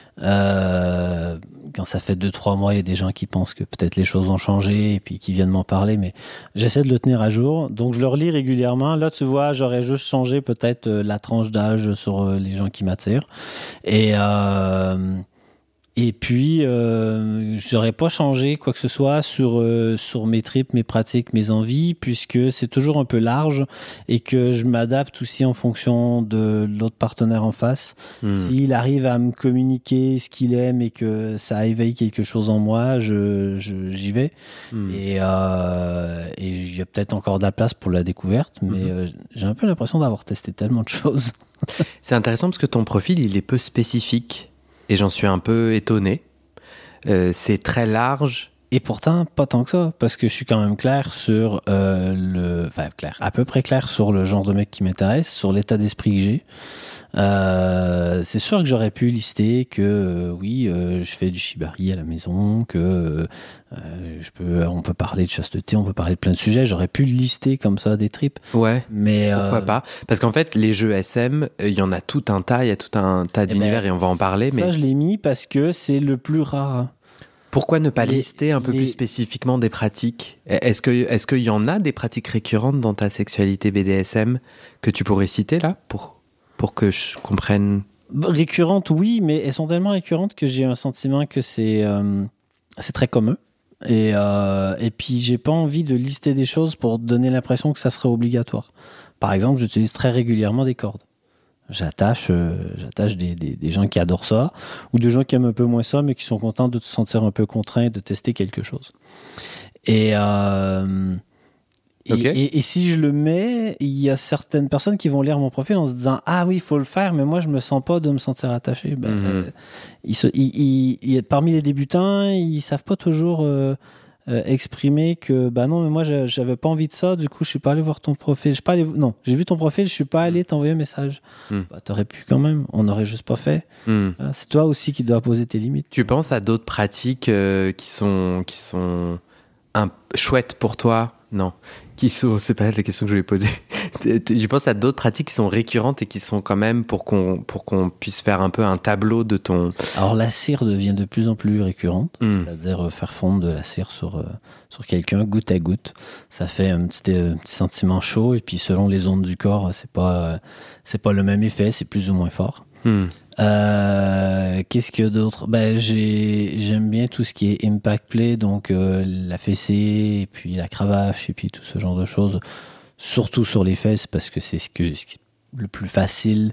[SPEAKER 3] Euh, quand ça fait deux trois mois, il y a des gens qui pensent que peut-être les choses ont changé et puis qui viennent m'en parler, mais j'essaie de le tenir à jour. Donc, je le relis régulièrement. Là, tu vois, j'aurais juste changé peut-être la tranche d'âge sur les gens qui m'attirent. Et... Euh, Et puis, euh, je n'aurais pas changé quoi que ce soit sur, euh, sur mes tripes, mes pratiques, mes envies, puisque c'est toujours un peu large et que je m'adapte aussi en fonction de l'autre partenaire en face. Mmh. S'il arrive à me communiquer ce qu'il aime et que ça éveille quelque chose en moi, je, je, j'y vais. Mmh. Et euh, et il y a peut-être encore de la place pour la découverte, mais mmh. euh, j'ai un peu l'impression d'avoir testé tellement de choses.
[SPEAKER 1] C'est intéressant parce que ton profil, il est peu spécifique. Et j'en suis un peu étonné. Euh, c'est très large.
[SPEAKER 3] Et pourtant, pas tant que ça, parce que je suis quand même clair sur euh, le... Enfin, clair, à peu près clair sur le genre de mec qui m'intéresse, sur l'état d'esprit que j'ai. Euh, c'est sûr que j'aurais pu lister que, euh, oui, euh, je fais du shibari à la maison, que euh, je peux, on peut parler de chasteté, on peut parler de plein de sujets. J'aurais pu lister comme ça des tripes.
[SPEAKER 1] Ouais,
[SPEAKER 3] mais
[SPEAKER 1] pourquoi euh... pas? Parce qu'en fait, les jeux S M, il y en a tout un tas, il y a tout un tas d'univers et, ben, et on va en parler.
[SPEAKER 3] Ça,
[SPEAKER 1] mais...
[SPEAKER 3] je l'ai mis parce que c'est le plus rare.
[SPEAKER 1] Pourquoi ne pas
[SPEAKER 3] les,
[SPEAKER 1] lister un peu
[SPEAKER 3] les...
[SPEAKER 1] plus spécifiquement des pratiques? Est-ce que, est-ce qu'il y en a des pratiques récurrentes dans ta sexualité B D S M que tu pourrais citer là pour, pour que je comprenne?
[SPEAKER 3] Récurrentes, oui, mais elles sont tellement récurrentes que j'ai un sentiment que c'est, euh, c'est très commun. Et, euh, et puis, j'ai pas envie de lister des choses pour donner l'impression que ça serait obligatoire. Par exemple, j'utilise très régulièrement des cordes. J'attache, euh, j'attache des, des, des gens qui adorent ça, ou des gens qui aiment un peu moins ça, mais qui sont contents de se sentir un peu contraints de tester quelque chose. Et, euh, et, okay. et, et si je le mets, il y a certaines personnes qui vont lire mon profil en se disant « Ah oui, il faut le faire, mais moi, je me sens pas de me sentir attaché. » Ben, mm-hmm. euh, ils se, ils, ils, ils, parmi les débutants, ils savent pas toujours... Euh, Euh, exprimer que bah non mais moi j'avais pas envie de ça, du coup je suis pas allé voir ton profil, je suis pas allé non j'ai vu ton profil, je suis pas allé t'envoyer un message. mm. Bah, t'aurais pu quand même, on n'aurait juste pas fait. mm. Voilà, c'est toi aussi qui dois poser tes limites.
[SPEAKER 1] Tu penses à d'autres pratiques euh, qui sont qui sont un... chouettes pour toi? Non, qui sont, c'est pas la question que je voulais poser. Je pense à d'autres pratiques qui sont récurrentes et qui sont quand même pour qu'on, pour qu'on puisse faire un peu un tableau de ton...
[SPEAKER 3] Alors la cire devient de plus en plus récurrente, mm. c'est-à-dire faire fondre de la cire sur, euh, sur quelqu'un goutte à goutte. Ça fait un petit, un petit sentiment chaud et puis selon les ondes du corps, c'est pas, c'est pas le même effet, c'est plus ou moins fort. Mm. Euh, qu'est-ce qu'il y a d'autre? Ben, j'ai, j'aime bien tout ce qui est impact play, donc euh, la fessée, et puis la cravache, et puis tout ce genre de choses. Surtout sur les fesses, parce que c'est ce, que, ce qui est le plus facile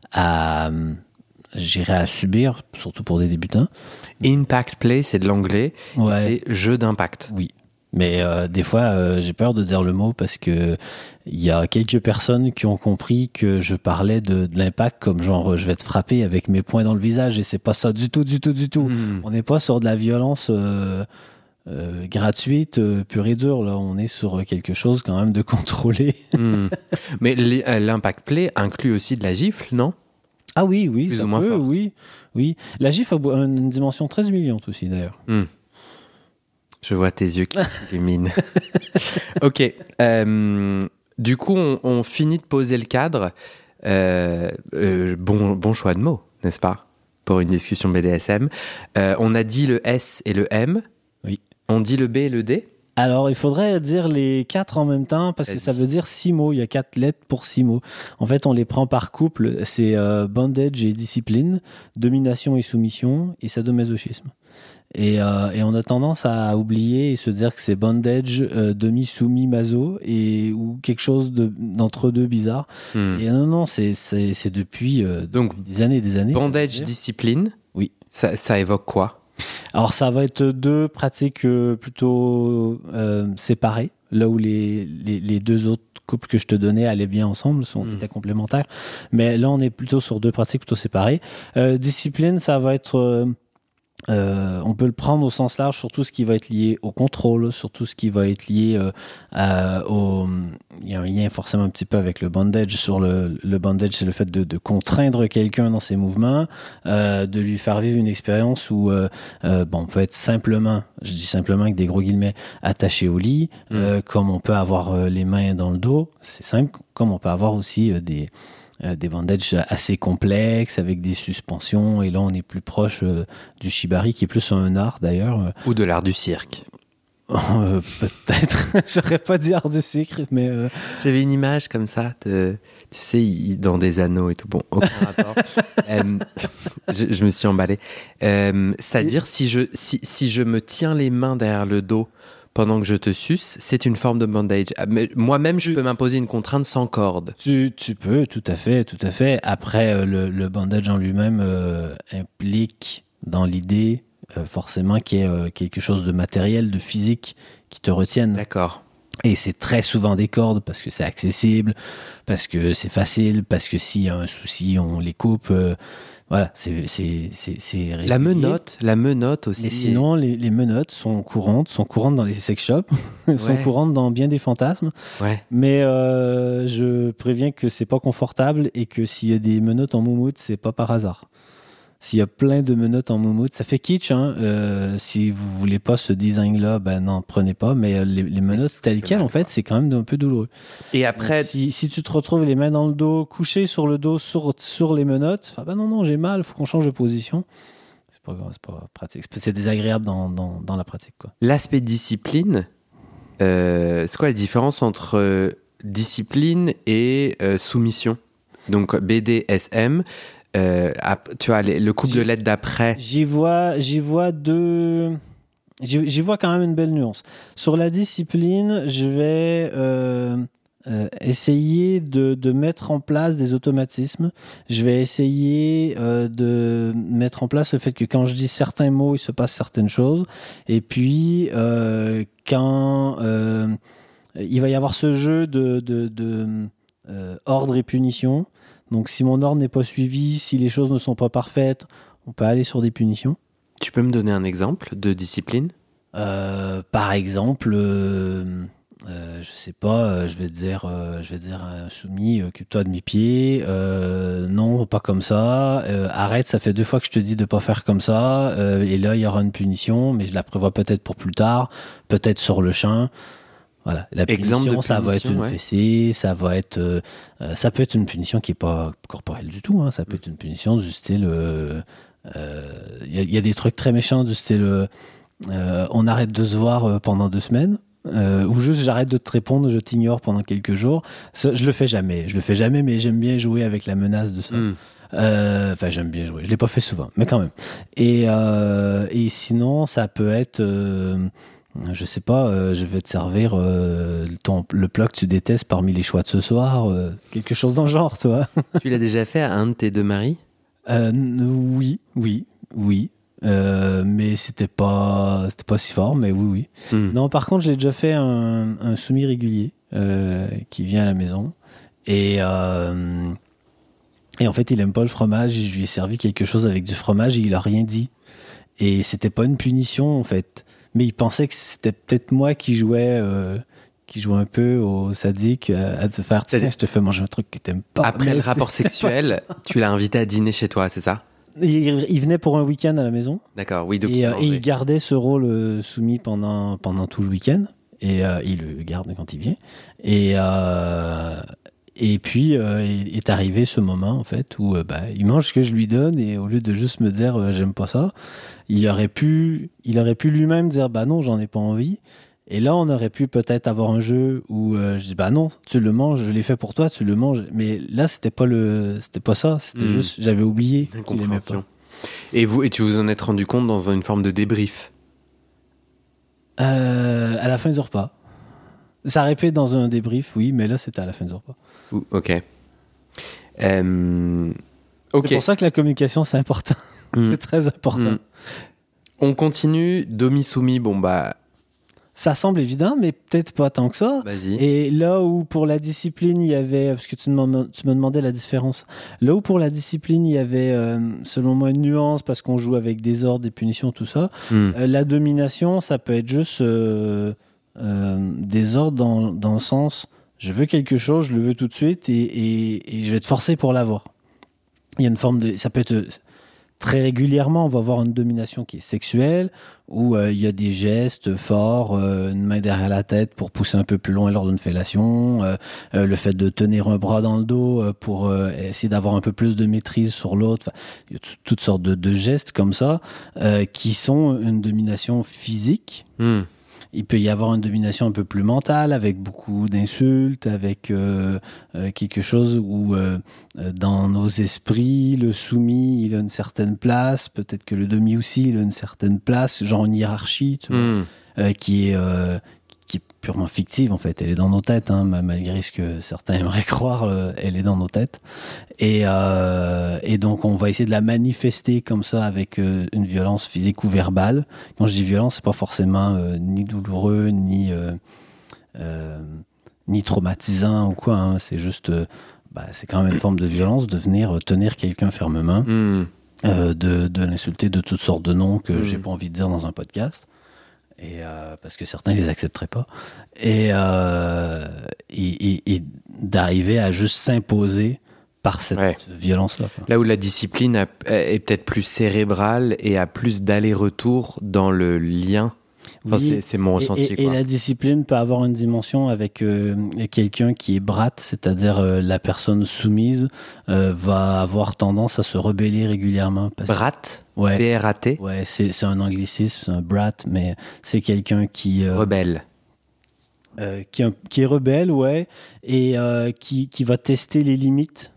[SPEAKER 3] à, j'irais à subir, surtout pour des débutants.
[SPEAKER 1] Impact play, c'est de l'anglais,
[SPEAKER 3] ouais.
[SPEAKER 1] C'est jeu d'impact.
[SPEAKER 3] Oui. Mais euh, des fois, euh, j'ai peur de dire le mot parce que il y a quelques personnes qui ont compris que je parlais de, de l'impact comme genre je vais te frapper avec mes poings dans le visage et c'est pas ça du tout, du tout, du tout. Mmh. On n'est pas sur de la violence euh, euh, gratuite, euh, pure et dure. Là, on est sur quelque chose quand même de contrôlé.
[SPEAKER 1] Mmh. Mais l'impact play inclut aussi de la gifle, non?
[SPEAKER 3] Ah oui, oui,
[SPEAKER 1] plus
[SPEAKER 3] ça
[SPEAKER 1] ou moins
[SPEAKER 3] peut,
[SPEAKER 1] forte.
[SPEAKER 3] oui, oui. La gifle a une dimension très humiliante aussi d'ailleurs.
[SPEAKER 1] Mmh. Je vois tes yeux qui s'illuminent. Ok. Euh, du coup, on, on finit de poser le cadre. Euh, euh, bon, bon choix de mots, n'est-ce pas? Pour une discussion B D S M. Euh, on a dit le S et le M.
[SPEAKER 3] Oui.
[SPEAKER 1] On dit le B et le D.
[SPEAKER 3] Alors, il faudrait dire les quatre en même temps parce
[SPEAKER 1] Vas-y.
[SPEAKER 3] que ça veut dire six mots. Il y a quatre lettres pour six mots. En fait, on les prend par couple. C'est euh, bondage et discipline, domination et soumission et sadomasochisme. Et, euh, et on a tendance à oublier et se dire que c'est bondage, euh, demi, soumis, maso, et, ou quelque chose de, d'entre deux bizarre. Hmm. Et non, non, c'est, c'est, c'est depuis, euh,
[SPEAKER 1] Donc,
[SPEAKER 3] depuis des années et des années.
[SPEAKER 1] Bondage, discipline,
[SPEAKER 3] oui.
[SPEAKER 1] Ça, ça évoque quoi?
[SPEAKER 3] Alors, ça va être deux pratiques euh, plutôt euh, séparées, là où les, les, les deux autres couples que je te donnais allaient bien ensemble, sont mmh. étaient complémentaires. Mais là, on est plutôt sur deux pratiques plutôt séparées. Euh, discipline, ça va être... Euh, Euh, on peut le prendre au sens large sur tout ce qui va être lié au contrôle, sur tout ce qui va être lié euh, à, au... Il y a un lien forcément un petit peu avec le bondage. Sur le, le bondage, c'est le fait de, de contraindre quelqu'un dans ses mouvements, euh, de lui faire vivre une expérience où euh, euh, bon, on peut être simplement, je dis simplement avec des gros guillemets, attaché au lit, mmh. euh, comme on peut avoir euh, les mains dans le dos, c'est simple, comme on peut avoir aussi euh, des... Euh, des bandages assez complexes avec des suspensions, et là on est plus proche euh, du shibari qui est plus un art d'ailleurs.
[SPEAKER 1] Ou de l'art du cirque.
[SPEAKER 3] Euh, peut-être, j'aurais pas dit art du cirque, mais... Euh...
[SPEAKER 1] J'avais une image comme ça, de, tu sais, il, dans des anneaux et tout, bon, aucun rapport. euh, je, je me suis emballé. Euh, c'est-à-dire, si je, si, si je me tiens les mains derrière le dos pendant que je te suce, c'est une forme de bandage. Mais moi-même, je peux m'imposer une contrainte sans corde.
[SPEAKER 3] Tu, tu peux, tout à fait, tout à fait. Après, euh, le, le bandage en lui-même euh, implique, dans l'idée, euh, forcément qu'il y ait euh, quelque chose de matériel, de physique, qui te retienne.
[SPEAKER 1] D'accord.
[SPEAKER 3] Et c'est très souvent des cordes, parce que c'est accessible, parce que c'est facile, parce que s'il y a un souci, on les coupe... Euh, Voilà, c'est, c'est, c'est, c'est
[SPEAKER 1] la menotte, la menotte aussi.
[SPEAKER 3] Mais sinon, les, les menottes sont courantes, sont courantes dans les sex shops, ouais. sont courantes dans bien des fantasmes.
[SPEAKER 1] Ouais.
[SPEAKER 3] Mais euh, je préviens que c'est pas confortable et que s'il y a des menottes en moumoute, c'est pas par hasard. S'il y a plein de menottes en moumoute, ça fait kitsch. Hein. Euh, si vous voulez pas ce design-là, ben non, prenez pas. Mais les, les menottes mais telles quelles, en fait, c'est quand même un peu douloureux.
[SPEAKER 1] Et après,
[SPEAKER 3] donc, si, si tu te retrouves les mains dans le dos, couché sur le dos, sur, sur les menottes, enfin, ben non, non, j'ai mal, faut qu'on change de position. C'est pas, c'est pas pratique. C'est désagréable dans, dans, dans la pratique, quoi.
[SPEAKER 1] L'aspect discipline, euh, c'est quoi la différence entre euh, discipline et euh, soumission? Donc B D S M. Euh, tu vois, le couple de lettres d'après.
[SPEAKER 3] J'y vois, j'y vois deux. J'y, j'y vois quand même une belle nuance. Sur la discipline, je vais euh, euh, essayer de, de mettre en place des automatismes. Je vais essayer euh, de mettre en place le fait que quand je dis certains mots, il se passe certaines choses. Et puis, euh, quand euh, il va y avoir ce jeu de, de, de euh, ordre et punition. Donc, si mon ordre n'est pas suivi, si les choses ne sont pas parfaites, on peut aller sur des punitions.
[SPEAKER 1] Tu peux me donner un exemple de discipline ?
[SPEAKER 3] euh, Par exemple, euh, euh, je sais pas, euh, je vais te dire, euh, je vais te dire, euh, soumis, occupe-toi de mes pieds. Euh, non, pas comme ça. Euh, arrête, ça fait deux fois que je te dis de pas faire comme ça. Euh, et là, il y aura une punition, mais je la prévois peut-être pour plus tard, peut-être sur le champ. Voilà, la punition, punition, ça va être une ouais. fessée, ça va être, euh, ça peut être une punition qui est pas corporelle du tout. Hein, ça peut être une punition du style, il euh, euh, y, y a des trucs très méchants du style, euh, on arrête de se voir pendant deux semaines, euh, ou juste j'arrête de te répondre, je t'ignore pendant quelques jours. Ça, je le fais jamais, je le fais jamais, mais j'aime bien jouer avec la menace de ça. Mm. Euh, enfin, j'aime bien jouer. Je l'ai pas fait souvent, mais quand même. Et euh, et sinon, ça peut être euh, je sais pas, euh, je vais te servir euh, ton, le plat que tu détestes parmi les choix de ce soir, euh, quelque chose dans le genre, toi.
[SPEAKER 1] Tu l'as déjà fait à un de tes deux maris ?
[SPEAKER 3] euh, Oui, oui, oui. Euh, mais c'était pas, c'était pas si fort, mais oui, oui. Mm. Non, par contre, j'ai déjà fait un, un soumis régulier euh, qui vient à la maison. Et, euh, et en fait, il aime pas le fromage. Je lui ai servi quelque chose avec du fromage et il a rien dit. Et c'était pas une punition, en fait. Mais il pensait que c'était peut-être moi qui jouais, euh, qui jouais un peu au sadique, euh, à te faire, tiens, je te fais manger un truc que t'aimes pas.
[SPEAKER 1] Après le rapport sexuel, tu l'as invité à dîner chez toi, c'est ça ?
[SPEAKER 3] il, il venait pour un week-end à la maison.
[SPEAKER 1] D'accord, oui. Donc
[SPEAKER 3] et,
[SPEAKER 1] il
[SPEAKER 3] euh, et il gardait ce rôle euh, soumis pendant, pendant tout le week-end. Et euh, il le garde quand il vient. Et, euh, et puis, euh, est arrivé ce moment, en fait, où euh, bah, il mange ce que je lui donne, et au lieu de juste me dire euh, « j'aime pas ça », il aurait pu, il aurait pu lui-même dire « bah non, j'en ai pas envie ». Et là, on aurait pu peut-être avoir un jeu où euh, je dis « bah non, tu le manges, je l'ai fait pour toi, tu le manges ». Mais là, c'était pas le, c'était pas ça, c'était mmh. juste, j'avais oublié qu'il aimait pas.
[SPEAKER 1] Et, vous, et tu vous en êtes rendu compte dans une forme de débrief ?
[SPEAKER 3] euh, À la fin du repas. Ça aurait pu être dans un débrief, oui, mais là, c'était à la fin du repas.
[SPEAKER 1] Ok. Euh... okay.
[SPEAKER 3] C'est pour ça que la communication, c'est important. Mmh. C'est très important. Mmh.
[SPEAKER 1] On continue. Domi-Soumi, bon bah...
[SPEAKER 3] Ça semble évident, mais peut-être pas tant que ça.
[SPEAKER 1] Vas-y.
[SPEAKER 3] Et là où pour la discipline, il y avait, parce que tu me, tu me demandais la différence, là où pour la discipline, il y avait, euh, selon moi, une nuance, parce qu'on joue avec des ordres, des punitions, tout ça.
[SPEAKER 1] Mm.
[SPEAKER 3] Euh, la domination, ça peut être juste euh, euh, des ordres dans, dans le sens, je veux quelque chose, je le veux tout de suite, et, et, et je vais te forcer pour l'avoir. Il y a une forme de... Ça peut être... Très régulièrement, on va avoir une domination qui est sexuelle, où euh, il y a des gestes forts, euh, une main derrière la tête pour pousser un peu plus loin lors d'une fellation, euh, euh, le fait de tenir un bras dans le dos euh, pour euh, essayer d'avoir un peu plus de maîtrise sur l'autre. Enfin, il y a t- toutes sortes de, de gestes comme ça euh, qui sont une domination physique.
[SPEAKER 1] Mm.
[SPEAKER 3] Il peut y avoir une domination un peu plus mentale, avec beaucoup d'insultes, avec euh, euh, quelque chose où, euh, dans nos esprits, le soumis, il a une certaine place. Peut-être que le demi aussi, il a une certaine place, genre une hiérarchie, tu vois,
[SPEAKER 1] Mm.
[SPEAKER 3] euh, qui est, euh, qui est purement fictive, en fait. Elle est dans nos têtes, hein, malgré ce que certains aimeraient croire, euh, elle est dans nos têtes. Et, euh, et donc, on va essayer de la manifester comme ça avec euh, une violence physique ou verbale. Quand je dis violence, c'est pas forcément euh, ni douloureux, ni, euh, euh, ni traumatisant ou quoi. Hein. C'est juste, euh, bah, c'est quand même une forme de violence de venir tenir quelqu'un fermement,
[SPEAKER 1] Mm.
[SPEAKER 3] euh, de, de l'insulter de toutes sortes de noms que
[SPEAKER 1] Mm.
[SPEAKER 3] j'ai pas envie de dire dans un podcast. Et euh, parce que certains les accepteraient pas. Et, euh, et, et, et d'arriver à juste s'imposer par cette
[SPEAKER 1] Ouais.
[SPEAKER 3] violence-là. quoi.
[SPEAKER 1] Là où la discipline a- est peut-être plus cérébrale et a plus d'aller-retour dans le lien. Enfin,
[SPEAKER 3] Oui,
[SPEAKER 1] c'est, c'est mon
[SPEAKER 3] et-
[SPEAKER 1] ressenti.
[SPEAKER 3] Et, et
[SPEAKER 1] quoi.
[SPEAKER 3] la discipline peut avoir une dimension avec euh, quelqu'un qui est brate, c'est-à-dire euh, la personne soumise euh, va avoir tendance à se rebeller régulièrement. Parce que-
[SPEAKER 1] Brat,
[SPEAKER 3] ouais,
[SPEAKER 1] B R A T,
[SPEAKER 3] ouais c'est, c'est un anglicisme, c'est un brat, mais c'est quelqu'un qui... euh,
[SPEAKER 1] rebelle.
[SPEAKER 3] Euh, qui, est un- qui est rebelle, ouais, et euh, qui, qui va tester les limites.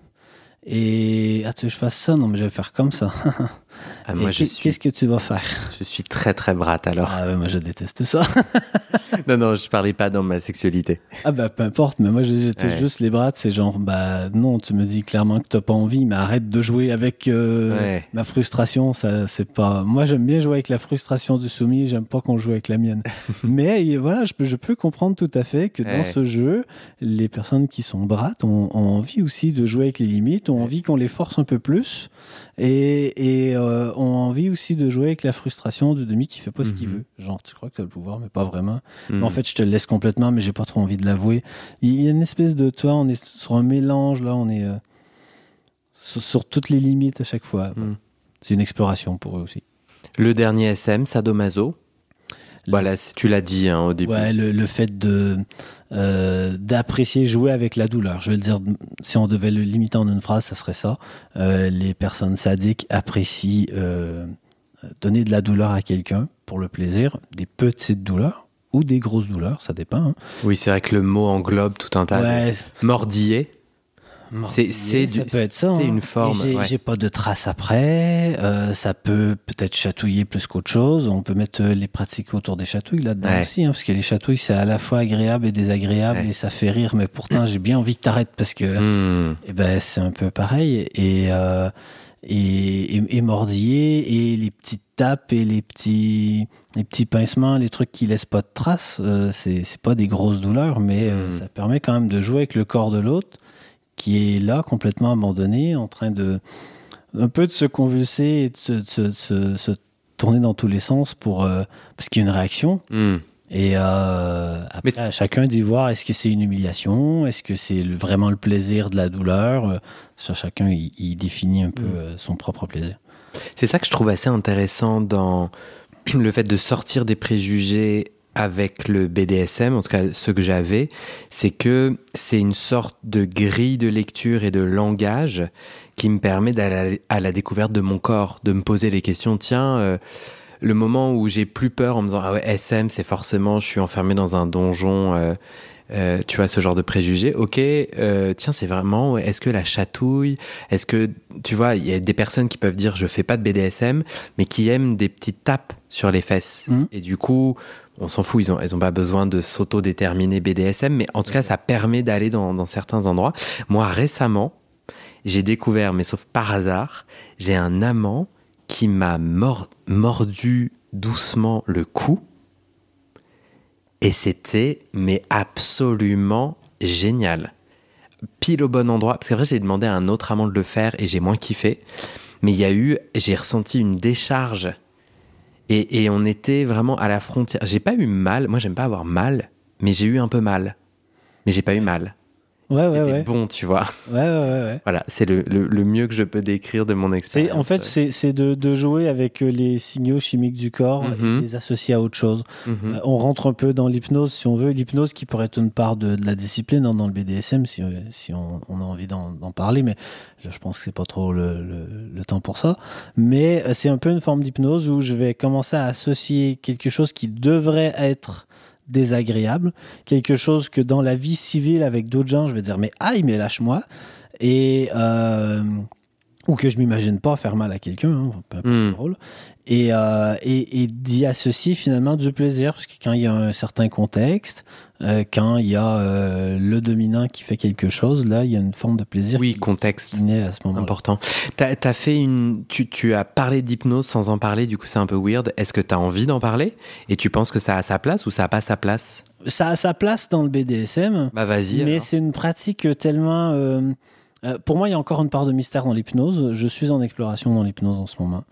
[SPEAKER 3] Et ah, tu veux que je fasse ça? Non, mais je vais faire comme ça.
[SPEAKER 1] Ah,
[SPEAKER 3] Et
[SPEAKER 1] moi, je
[SPEAKER 3] qu'est-
[SPEAKER 1] suis,
[SPEAKER 3] Qu'est-ce que tu vas faire?
[SPEAKER 1] je suis très, très brat alors.
[SPEAKER 3] Ah ouais, moi je déteste ça.
[SPEAKER 1] Non, non, je parlais pas dans ma sexualité.
[SPEAKER 3] Ah bah peu importe, mais moi j'ai- j'étais
[SPEAKER 1] Ouais.
[SPEAKER 3] juste les bras, c'est genre, bah non, tu me dis clairement que t'as pas envie, mais arrête de jouer avec euh,
[SPEAKER 1] Ouais.
[SPEAKER 3] ma frustration, ça c'est pas... Moi j'aime bien jouer avec la frustration du soumis, j'aime pas qu'on joue avec la mienne. Mais et voilà, je peux, je peux comprendre tout à fait que dans
[SPEAKER 1] Ouais.
[SPEAKER 3] ce jeu, les personnes qui sont brates ont, ont envie aussi de jouer avec les limites, ont envie qu'on les force un peu plus, et, et euh, ont envie aussi de jouer avec la frustration du demi qui fait pas ce qu'il
[SPEAKER 1] Mhm.
[SPEAKER 3] veut. Genre, tu crois que t'as le pouvoir, mais pas vraiment.
[SPEAKER 1] Mm.
[SPEAKER 3] Mais en fait, je te le laisse complètement, mais j'ai pas trop envie de l'avouer. Il y a une espèce de, toi, on est sur un mélange, là, on est euh, sur, sur toutes les limites à chaque fois.
[SPEAKER 1] Mm.
[SPEAKER 3] C'est une exploration pour eux aussi.
[SPEAKER 1] Le dernier S M, Sadomaso.
[SPEAKER 3] Le-
[SPEAKER 1] Voilà, c'est- tu l'as dit hein, au début.
[SPEAKER 3] Ouais, le, le fait de euh, d'apprécier jouer avec la douleur. Je vais le dire, si on devait le limiter en une phrase, ça serait ça. Euh, les personnes sadiques apprécient euh, donner de la douleur à quelqu'un pour le plaisir, des petites douleurs ou des grosses douleurs, ça dépend. Hein.
[SPEAKER 1] Oui, c'est vrai que le mot englobe tout un tas
[SPEAKER 3] Ouais,
[SPEAKER 1] de... Mordiller.
[SPEAKER 3] Mordiller,
[SPEAKER 1] c'est
[SPEAKER 3] ça
[SPEAKER 1] du-
[SPEAKER 3] peut être ça.
[SPEAKER 1] c'est
[SPEAKER 3] hein.
[SPEAKER 1] une forme,
[SPEAKER 3] Et J'ai
[SPEAKER 1] ouais.
[SPEAKER 3] j'ai pas de traces après. euh, ça peut peut-être chatouiller plus qu'autre chose. On peut mettre euh, les pratiques autour des chatouilles là-dedans
[SPEAKER 1] Ouais.
[SPEAKER 3] aussi, hein, parce que les chatouilles c'est à la fois agréable et désagréable
[SPEAKER 1] Ouais.
[SPEAKER 3] et ça fait rire. Mais pourtant j'ai bien envie que t'arrêtes parce que
[SPEAKER 1] Mm.
[SPEAKER 3] eh ben c'est un peu pareil. Et euh, et, et, et mordiller et les petites tapes et les petits les petits pincements, les trucs qui laissent pas de traces, euh, c'est c'est pas des grosses douleurs, mais euh,
[SPEAKER 1] Mm.
[SPEAKER 3] ça permet quand même de jouer avec le corps de l'autre qui est là complètement abandonné, en train de un peu de se convulser et de se, de se- de se- se tourner dans tous les sens pour euh, parce qu'il y a une réaction.
[SPEAKER 1] Mm.
[SPEAKER 3] Et euh, après,
[SPEAKER 1] Mais c'est-
[SPEAKER 3] à chacun d'y voir, est-ce que c'est une humiliation, est-ce que c'est le- vraiment le plaisir de la douleur. Euh, ça, chacun il, il définit un peu
[SPEAKER 1] Mm.
[SPEAKER 3] euh, son propre plaisir.
[SPEAKER 1] C'est ça que je trouve assez intéressant dans le fait de sortir des préjugés avec le B D S M, en tout cas ce que j'avais, c'est que c'est une sorte de grille de lecture et de langage qui me permet d'aller à la découverte de mon corps, de me poser les questions. Tiens, euh, le moment où j'ai plus peur en me disant ah ouais, S M, c'est forcément je suis enfermé dans un donjon, euh, euh, tu vois, ce genre de préjugés. Ok, euh, tiens, c'est vraiment, ouais, est-ce que la chatouille, est-ce que, tu vois, il y a des personnes qui peuvent dire je fais pas de B D S M, mais qui aiment des petites tapes sur les fesses.
[SPEAKER 3] Mhm.
[SPEAKER 1] Et du coup, on s'en fout, ils ont, elles ont pas besoin de s'auto-déterminer B D S M, mais en tout cas, ça permet d'aller dans, dans certains endroits. Moi, récemment, j'ai découvert, mais sauf par hasard, j'ai un amant qui m'a mord- mordu doucement le cou. Et c'était, mais absolument génial. Pile au bon endroit. Parce qu'après, j'ai demandé à un autre amant de le faire et j'ai moins kiffé. Mais il y a eu, j'ai ressenti une décharge. Et, et on était vraiment à la frontière. J'ai pas eu mal. Moi, j'aime pas avoir mal. Mais j'ai eu un peu mal. Mais j'ai pas eu mal.
[SPEAKER 3] Ouais,
[SPEAKER 1] C'était
[SPEAKER 3] ouais, ouais.
[SPEAKER 1] bon, tu vois.
[SPEAKER 3] Ouais, ouais, ouais. ouais.
[SPEAKER 1] Voilà, c'est le, le, le mieux que je peux décrire de mon expérience.
[SPEAKER 3] C'est, en fait, c'est, c'est de, de jouer avec les signaux chimiques du corps
[SPEAKER 1] Mm-hmm.
[SPEAKER 3] et les associer à autre chose.
[SPEAKER 1] Mm-hmm.
[SPEAKER 3] Euh, on rentre un peu dans l'hypnose, si on veut. L'hypnose qui pourrait être une part de, de la discipline hein, dans le B D S M, si, si on, on a envie d'en, d'en parler. Mais là, je pense que c'est pas trop le, le, le temps pour ça. Mais euh, c'est un peu une forme d'hypnose où je vais commencer à associer quelque chose qui devrait être désagréable, quelque chose que dans la vie civile avec d'autres gens, je vais dire mais aïe, mais lâche-moi, et euh, ou que je m'imagine pas faire mal à quelqu'un, hein, peu importe
[SPEAKER 1] Mm.
[SPEAKER 3] le rôle, et, euh, et, et d'y associer finalement du plaisir, parce que quand il y a un certain contexte, euh, quand il y a euh, le dominant qui fait quelque chose, là il y a une forme de plaisir
[SPEAKER 1] Oui,
[SPEAKER 3] qui,
[SPEAKER 1] contexte.
[SPEAKER 3] qui naît à ce moment-là.
[SPEAKER 1] Important. T'as, t'as fait une, tu, tu as parlé d'hypnose sans en parler, du coup c'est un peu weird. Est-ce que tu as envie d'en parler et tu penses que ça a sa place ou ça n'a pas sa place?
[SPEAKER 3] Ça a sa place dans le B D S M,
[SPEAKER 1] Bah vas-y.
[SPEAKER 3] mais
[SPEAKER 1] alors.
[SPEAKER 3] c'est une pratique tellement... euh, euh, pour moi, il y a encore une part de mystère dans l'hypnose. Je suis en exploration dans l'hypnose en ce moment.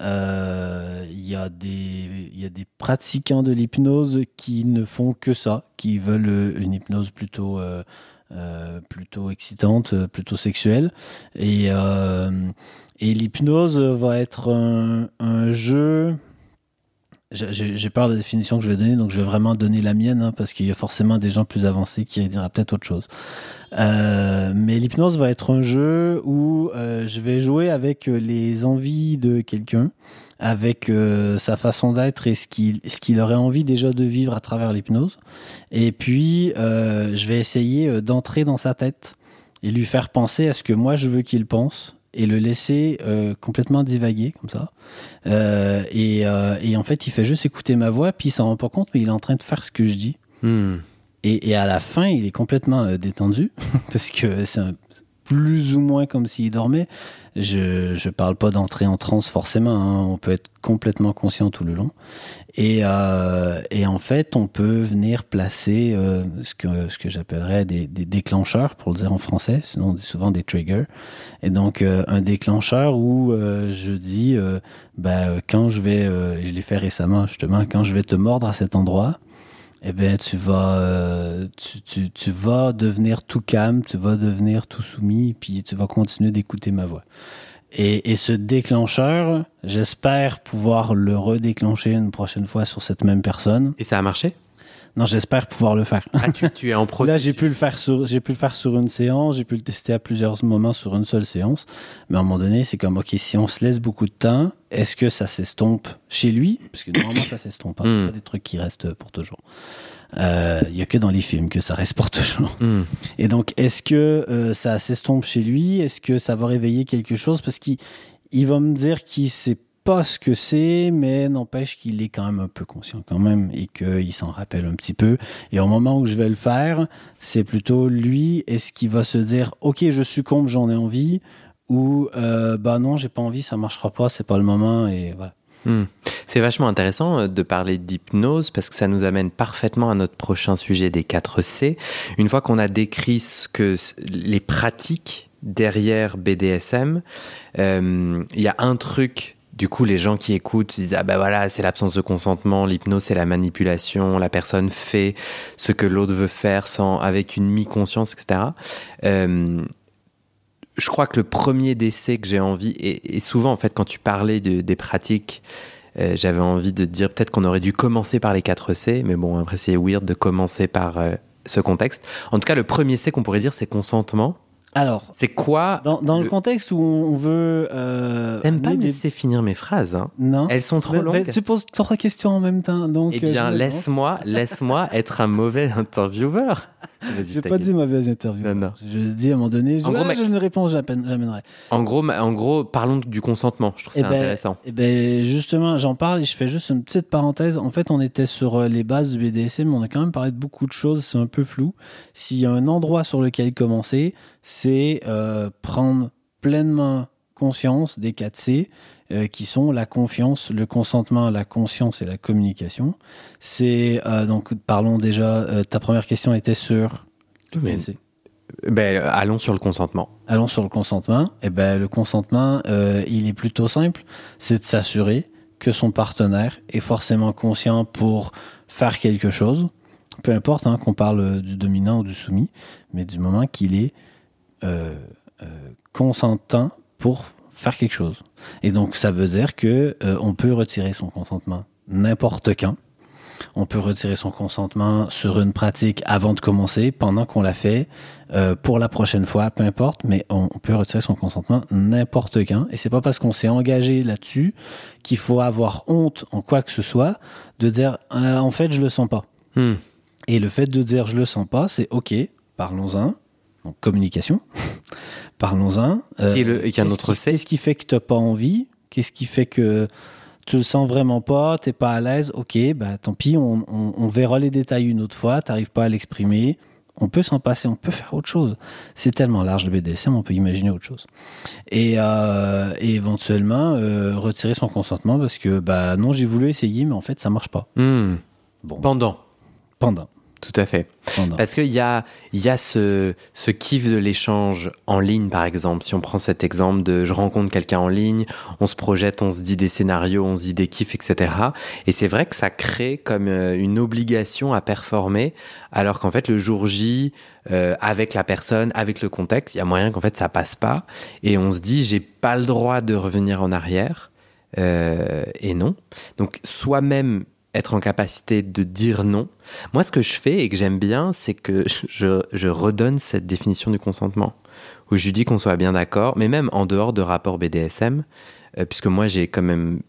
[SPEAKER 3] Euh, Il y a des, il y a des pratiquants de l'hypnose qui ne font que ça, qui veulent une hypnose plutôt... euh, Euh, plutôt excitante, euh, plutôt sexuelle. Et, euh, et l'hypnose va être un, un jeu... J'ai, j'ai peur de la définition que je vais donner, donc je vais vraiment donner la mienne, hein, parce qu'il y a forcément des gens plus avancés qui diraient peut-être autre chose. Euh, mais l'hypnose va être un jeu où euh, je vais jouer avec les envies de quelqu'un, avec euh, sa façon d'être et ce qu'il, ce qu'il aurait envie déjà de vivre à travers l'hypnose. Et puis, euh, je vais essayer d'entrer dans sa tête et lui faire penser à ce que moi je veux qu'il pense, et le laisser euh, complètement divaguer comme ça. Euh, et, euh, et en fait, il fait juste écouter ma voix, puis il s'en rend pas compte, mais il est en train de faire ce que je dis.
[SPEAKER 1] Mm.
[SPEAKER 3] Et, et à la fin, il est complètement euh, détendu, parce que c'est un, plus ou moins comme s'il dormait. Je je parle pas d'entrer en transe forcément, hein. On peut être complètement conscient tout le long. Et, euh, et en fait, on peut venir placer euh, ce que, ce que j'appellerais des, des déclencheurs, pour le dire en français, sinon on dit souvent des triggers. Et donc, euh, un déclencheur où euh, je dis, euh, ben, quand je vais, euh, je l'ai fait récemment justement, quand je vais te mordre à cet endroit, eh ben, tu vas, euh, tu, tu, tu vas devenir tout calme, tu vas devenir tout soumis, puis tu vas continuer d'écouter ma voix. Et, et ce déclencheur, j'espère pouvoir le redéclencher une prochaine fois sur cette même personne.
[SPEAKER 1] Et ça a marché?
[SPEAKER 3] Non, j'espère pouvoir le faire.
[SPEAKER 1] Ah, tu, tu es en processus.
[SPEAKER 3] Là, j'ai pu le faire sur, j'ai pu le faire sur une séance, j'ai pu le tester à plusieurs moments sur une seule séance. Mais à un moment donné, c'est comme, ok, si on se laisse beaucoup de temps, est-ce que ça s'estompe chez lui? Parce que normalement, ça s'estompe. Hein.
[SPEAKER 1] Mm.
[SPEAKER 3] C'est pas des trucs qui restent pour toujours. Il euh, y a que dans les films que ça reste pour toujours.
[SPEAKER 1] Mm.
[SPEAKER 3] Et donc, est-ce que euh, ça s'estompe chez lui? Est-ce que ça va réveiller quelque chose? Parce qu'il il va me dire qu'il sait pas ce que c'est, mais n'empêche qu'il est quand même un peu conscient quand même et qu'il s'en rappelle un petit peu. Et au moment où je vais le faire, c'est plutôt lui, est-ce qu'il va se dire « Ok, je succombe, j'en ai envie » ou euh, « Bah non, j'ai pas envie, ça marchera pas, c'est pas le moment. » Et voilà.
[SPEAKER 1] Mmh. C'est vachement intéressant de parler d'hypnose parce que ça nous amène parfaitement à notre prochain sujet des quatre C. Une fois qu'on a décrit ce que les pratiques derrière B D S M, il euh, y a un truc. Du coup, les gens qui écoutent se disent « Ah ben voilà, c'est l'absence de consentement, l'hypnose, c'est la manipulation, la personne fait ce que l'autre veut faire sans, avec une mi-conscience, et cetera » euh, Je crois que le premier décès que j'ai envie, et, et souvent, en fait, quand tu parlais de, des pratiques, euh, j'avais envie de dire peut-être qu'on aurait dû commencer par les quatre C, mais bon, après, c'est weird de commencer par euh, ce contexte. En tout cas, le premier C qu'on pourrait dire, c'est consentement.
[SPEAKER 3] Alors,
[SPEAKER 1] c'est quoi
[SPEAKER 3] dans, dans le... le contexte où on veut... Euh,
[SPEAKER 1] T'aimes pas me
[SPEAKER 3] des...
[SPEAKER 1] laisser finir mes phrases, hein?
[SPEAKER 3] Non.
[SPEAKER 1] Elles sont trop
[SPEAKER 3] mais,
[SPEAKER 1] longues.
[SPEAKER 3] Mais tu poses trois questions en même temps, donc...
[SPEAKER 1] Eh bien, laisse-moi, laisse-moi être un mauvais intervieweur.
[SPEAKER 3] Je n'ai pas dit mauvais intervieweur. Non, non. Je dis à un moment donné, je,
[SPEAKER 1] en
[SPEAKER 3] là,
[SPEAKER 1] gros, ma...
[SPEAKER 3] j'ai une réponse, j'amènerai.
[SPEAKER 1] En gros, ma... en gros, parlons du consentement. Je trouve ça
[SPEAKER 3] eh ben,
[SPEAKER 1] intéressant.
[SPEAKER 3] Eh ben, justement, j'en parle et je fais juste une petite parenthèse. En fait, on était sur les bases du B D S M, mais on a quand même parlé de beaucoup de choses. C'est un peu flou. S'il y a un endroit sur lequel commencer, c'est euh, prendre pleinement conscience des quatre C, euh, qui sont la confiance, le consentement, la conscience et la communication. C'est, euh, donc, parlons déjà, euh, ta première question était sur...
[SPEAKER 1] Mais, ben, allons sur le consentement.
[SPEAKER 3] Allons sur le consentement. Eh ben, le consentement, euh, il est plutôt simple. C'est de s'assurer que son partenaire est forcément conscient pour faire quelque chose. Peu importe hein, qu'on parle du dominant ou du soumis, mais du moment qu'il est euh, euh, consentant pour faire quelque chose. Et donc, ça veut dire que euh, on peut retirer son consentement n'importe quand. On peut retirer son consentement sur une pratique avant de commencer, pendant qu'on l'a fait, euh, pour la prochaine fois, peu importe, mais on, on peut retirer son consentement n'importe quand. Et c'est pas parce qu'on s'est engagé là-dessus qu'il faut avoir honte en quoi que ce soit de dire euh, en fait je le sens pas.
[SPEAKER 1] Hmm.
[SPEAKER 3] Et le fait de dire je le sens pas, c'est ok, parlons-en. Donc communication, parlons-en. Euh,
[SPEAKER 1] et le, et qu'un autre
[SPEAKER 3] sait. Qu'est-ce qui fait que t'as pas envie? Qu'est-ce qui fait que tu le sens vraiment pas, t'es pas à l'aise, ok, bah tant pis, on, on, on verra les détails une autre fois, t'arrives pas à l'exprimer, on peut s'en passer, on peut faire autre chose. C'est tellement large le B D S M, on peut imaginer autre chose. Et, euh, et éventuellement, euh, retirer son consentement parce que, bah non, j'ai voulu essayer, mais en fait, ça marche pas.
[SPEAKER 1] Mmh.
[SPEAKER 3] Bon.
[SPEAKER 1] Pendant.
[SPEAKER 3] Pendant.
[SPEAKER 1] Tout à fait.
[SPEAKER 3] Pendant.
[SPEAKER 1] Parce qu'il y a, il y a ce, ce kiff de l'échange en ligne, par exemple. Si on prend cet exemple de je rencontre quelqu'un en ligne, on se projette, on se dit des scénarios, on se dit des kiffs, et cetera. Et c'est vrai que ça crée comme une obligation à performer, alors qu'en fait, le jour J, euh, avec la personne, avec le contexte, il y a moyen qu'en fait, ça passe pas. Et on se dit, j'ai pas le droit de revenir en arrière. Euh, et non. Donc, soi-même, être en capacité de dire non. Moi, ce que je fais et que j'aime bien, c'est que je, je redonne cette définition du consentement, où je lui dis qu'on soit bien d'accord, mais même en dehors de rapport B D S M, euh, puisque moi, j'ai quand même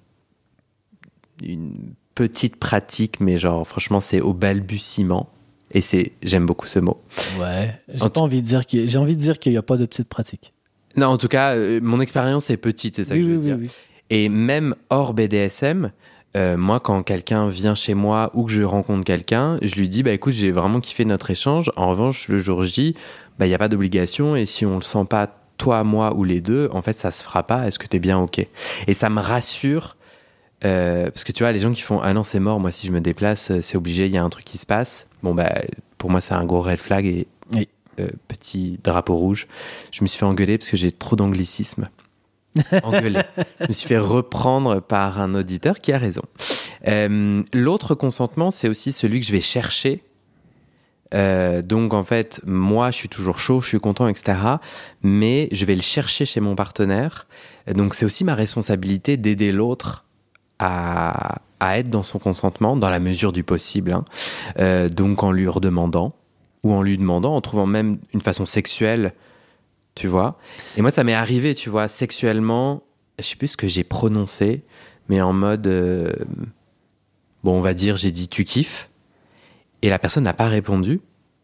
[SPEAKER 1] une petite pratique, mais genre, franchement, c'est au balbutiement, et c'est, j'aime beaucoup ce mot.
[SPEAKER 3] Ouais, j'ai
[SPEAKER 1] En
[SPEAKER 3] pas
[SPEAKER 1] t-
[SPEAKER 3] envie de dire qu'il y a, j'ai envie de dire qu'il y a pas de petite pratique.
[SPEAKER 1] Non, en tout cas, euh, mon expérience est petite, c'est ça
[SPEAKER 3] oui,
[SPEAKER 1] que je veux
[SPEAKER 3] oui,
[SPEAKER 1] dire.
[SPEAKER 3] oui, oui.
[SPEAKER 1] Et même hors B D S M, Euh, moi, quand quelqu'un vient chez moi ou que je rencontre quelqu'un, je lui dis, bah écoute, j'ai vraiment kiffé notre échange. En revanche, le jour J, bah il y a pas d'obligation et si on le sent pas, toi, moi ou les deux, en fait, ça se fera pas. Est-ce que t'es bien ok? Et ça me rassure euh, parce que tu vois, les gens qui font ah non c'est mort, moi si je me déplace, c'est obligé, il y a un truc qui se passe. Bon bah pour moi c'est un gros red flag et
[SPEAKER 3] Oui.
[SPEAKER 1] euh, petit drapeau rouge. Je me suis fait engueuler parce que j'ai trop d'anglicisme. Engueulé. Je me suis fait reprendre par un auditeur qui a raison. Euh, l'autre consentement, c'est aussi celui que je vais chercher. Euh, donc, en fait, moi, je suis toujours chaud, je suis content, et cetera. Mais je vais le chercher chez mon partenaire. Donc, c'est aussi ma responsabilité d'aider l'autre à, à être dans son consentement, dans la mesure du possible. Hein. Euh, donc, en lui redemandant, ou en lui demandant, en trouvant même une façon sexuelle, tu vois. Et moi, ça m'est arrivé, tu vois, sexuellement, je sais plus ce que j'ai prononcé, mais en mode, euh, bon, on va dire, j'ai dit tu kiffes, et la personne n'a pas répondu.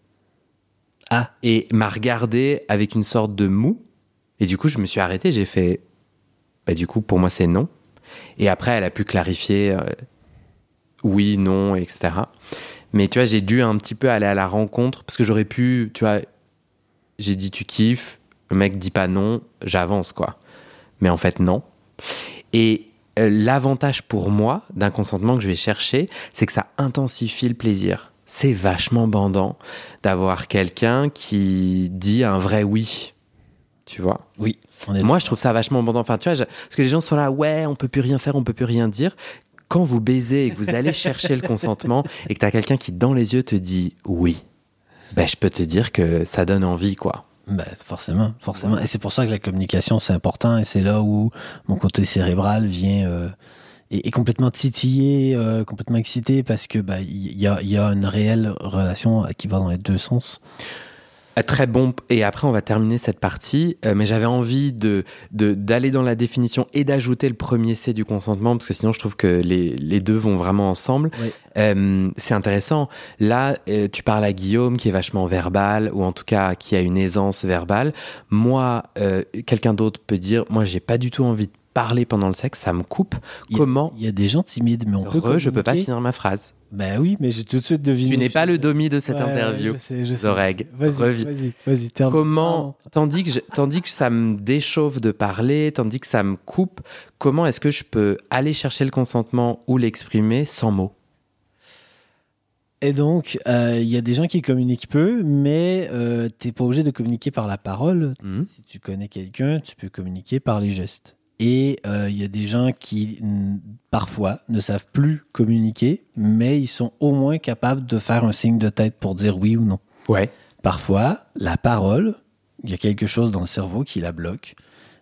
[SPEAKER 3] Ah.
[SPEAKER 1] Et m'a regardé avec une sorte de mou, et du coup, je me suis arrêté, j'ai fait, bah du coup, pour moi, c'est non. Et après, elle a pu clarifier, euh, oui, non, et cetera. Mais tu vois, j'ai dû un petit peu aller à la rencontre, parce que j'aurais pu, tu vois, j'ai dit tu kiffes, le mec dit pas non, j'avance quoi. Mais en fait non. Et euh, l'avantage pour moi d'un consentement que je vais chercher, c'est que ça intensifie le plaisir. C'est vachement bandant d'avoir quelqu'un qui dit un vrai oui. Tu vois ?
[SPEAKER 3] Oui. On est
[SPEAKER 1] Moi, je trouve ça vachement bandant. Enfin, tu vois, je... parce que les gens sont là, ouais, on peut plus rien faire, on peut plus rien dire. Quand vous baisez et que vous allez chercher le consentement et que t'as quelqu'un qui dans les yeux te dit oui, ben je peux te dire que ça donne envie quoi.
[SPEAKER 3] Ben, forcément, forcément. Et c'est pour ça que la communication, c'est important. Et c'est là où mon côté cérébral vient euh, est, est complètement titillé, euh, complètement excité, parce que bah, il y a, y a une réelle relation qui va dans les deux sens.
[SPEAKER 1] Très bon. Et après, on va terminer cette partie. Euh, mais j'avais envie de, de, d'aller dans la définition et d'ajouter le premier C du consentement, parce que sinon, je trouve que les, les deux vont vraiment ensemble.
[SPEAKER 3] Oui.
[SPEAKER 1] Euh, c'est intéressant. Là, euh, tu parles à Guillaume, qui est vachement verbal, ou en tout cas, qui a une aisance verbale. Moi, euh, quelqu'un d'autre peut dire, moi, j'ai pas du tout envie de parler pendant le sexe, ça me coupe.
[SPEAKER 3] Il y a,
[SPEAKER 1] Comment
[SPEAKER 3] il y a des gens timides, mais on peut
[SPEAKER 1] Re, je peux pas finir ma phrase.
[SPEAKER 3] Ben oui, mais j'ai tout de suite deviné.
[SPEAKER 1] Tu n'es pas le domi de cette
[SPEAKER 3] Ouais,
[SPEAKER 1] interview,
[SPEAKER 3] je sais, je sais.
[SPEAKER 1] Zoreg.
[SPEAKER 3] Vas-y,
[SPEAKER 1] Reviens.
[SPEAKER 3] vas-y, vas-y. termine.
[SPEAKER 1] Comment, tandis que, je- tandis que ça me déchauffe de parler, tandis que ça me coupe, comment est-ce que je peux aller chercher le consentement ou l'exprimer sans mots?
[SPEAKER 3] Et donc, il euh, y a des gens qui communiquent peu, mais euh, tu n'es pas obligé de communiquer par la parole.
[SPEAKER 1] Mmh.
[SPEAKER 3] Si tu connais quelqu'un, tu peux communiquer par les gestes. Et il euh, y a des gens qui, n- parfois, ne savent plus communiquer, mais ils sont au moins capables de faire un signe de tête pour dire oui ou non.
[SPEAKER 1] Ouais.
[SPEAKER 3] Parfois, la parole, il y a quelque chose dans le cerveau qui la bloque.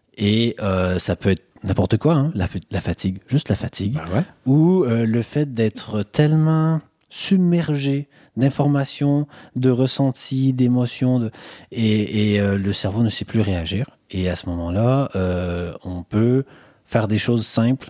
[SPEAKER 3] Et euh, ça peut être n'importe quoi, hein, la, la fatigue, juste la fatigue.
[SPEAKER 1] Bah ouais.
[SPEAKER 3] Ou euh, le fait d'être tellement submergé d'informations, de ressentis, d'émotions, de... et, et euh, le cerveau ne sait plus réagir. Et à ce moment-là, euh, on peut faire des choses simples,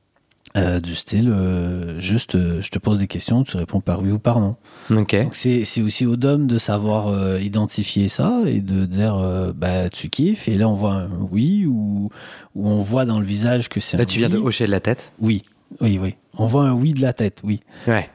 [SPEAKER 3] euh, du style, euh, juste, euh, je te pose des questions, tu réponds par oui ou par non.
[SPEAKER 1] Ok.
[SPEAKER 3] Donc c'est, c'est aussi au D O M de savoir euh, identifier ça et de dire, euh, bah tu kiffes, et là on voit un oui, ou, ou on voit dans le visage que c'est
[SPEAKER 1] Là,
[SPEAKER 3] un
[SPEAKER 1] tu viens
[SPEAKER 3] oui.
[SPEAKER 1] de hocher de la tête.
[SPEAKER 3] Oui, oui, oui. On voit un oui de la tête, oui.
[SPEAKER 1] Ouais.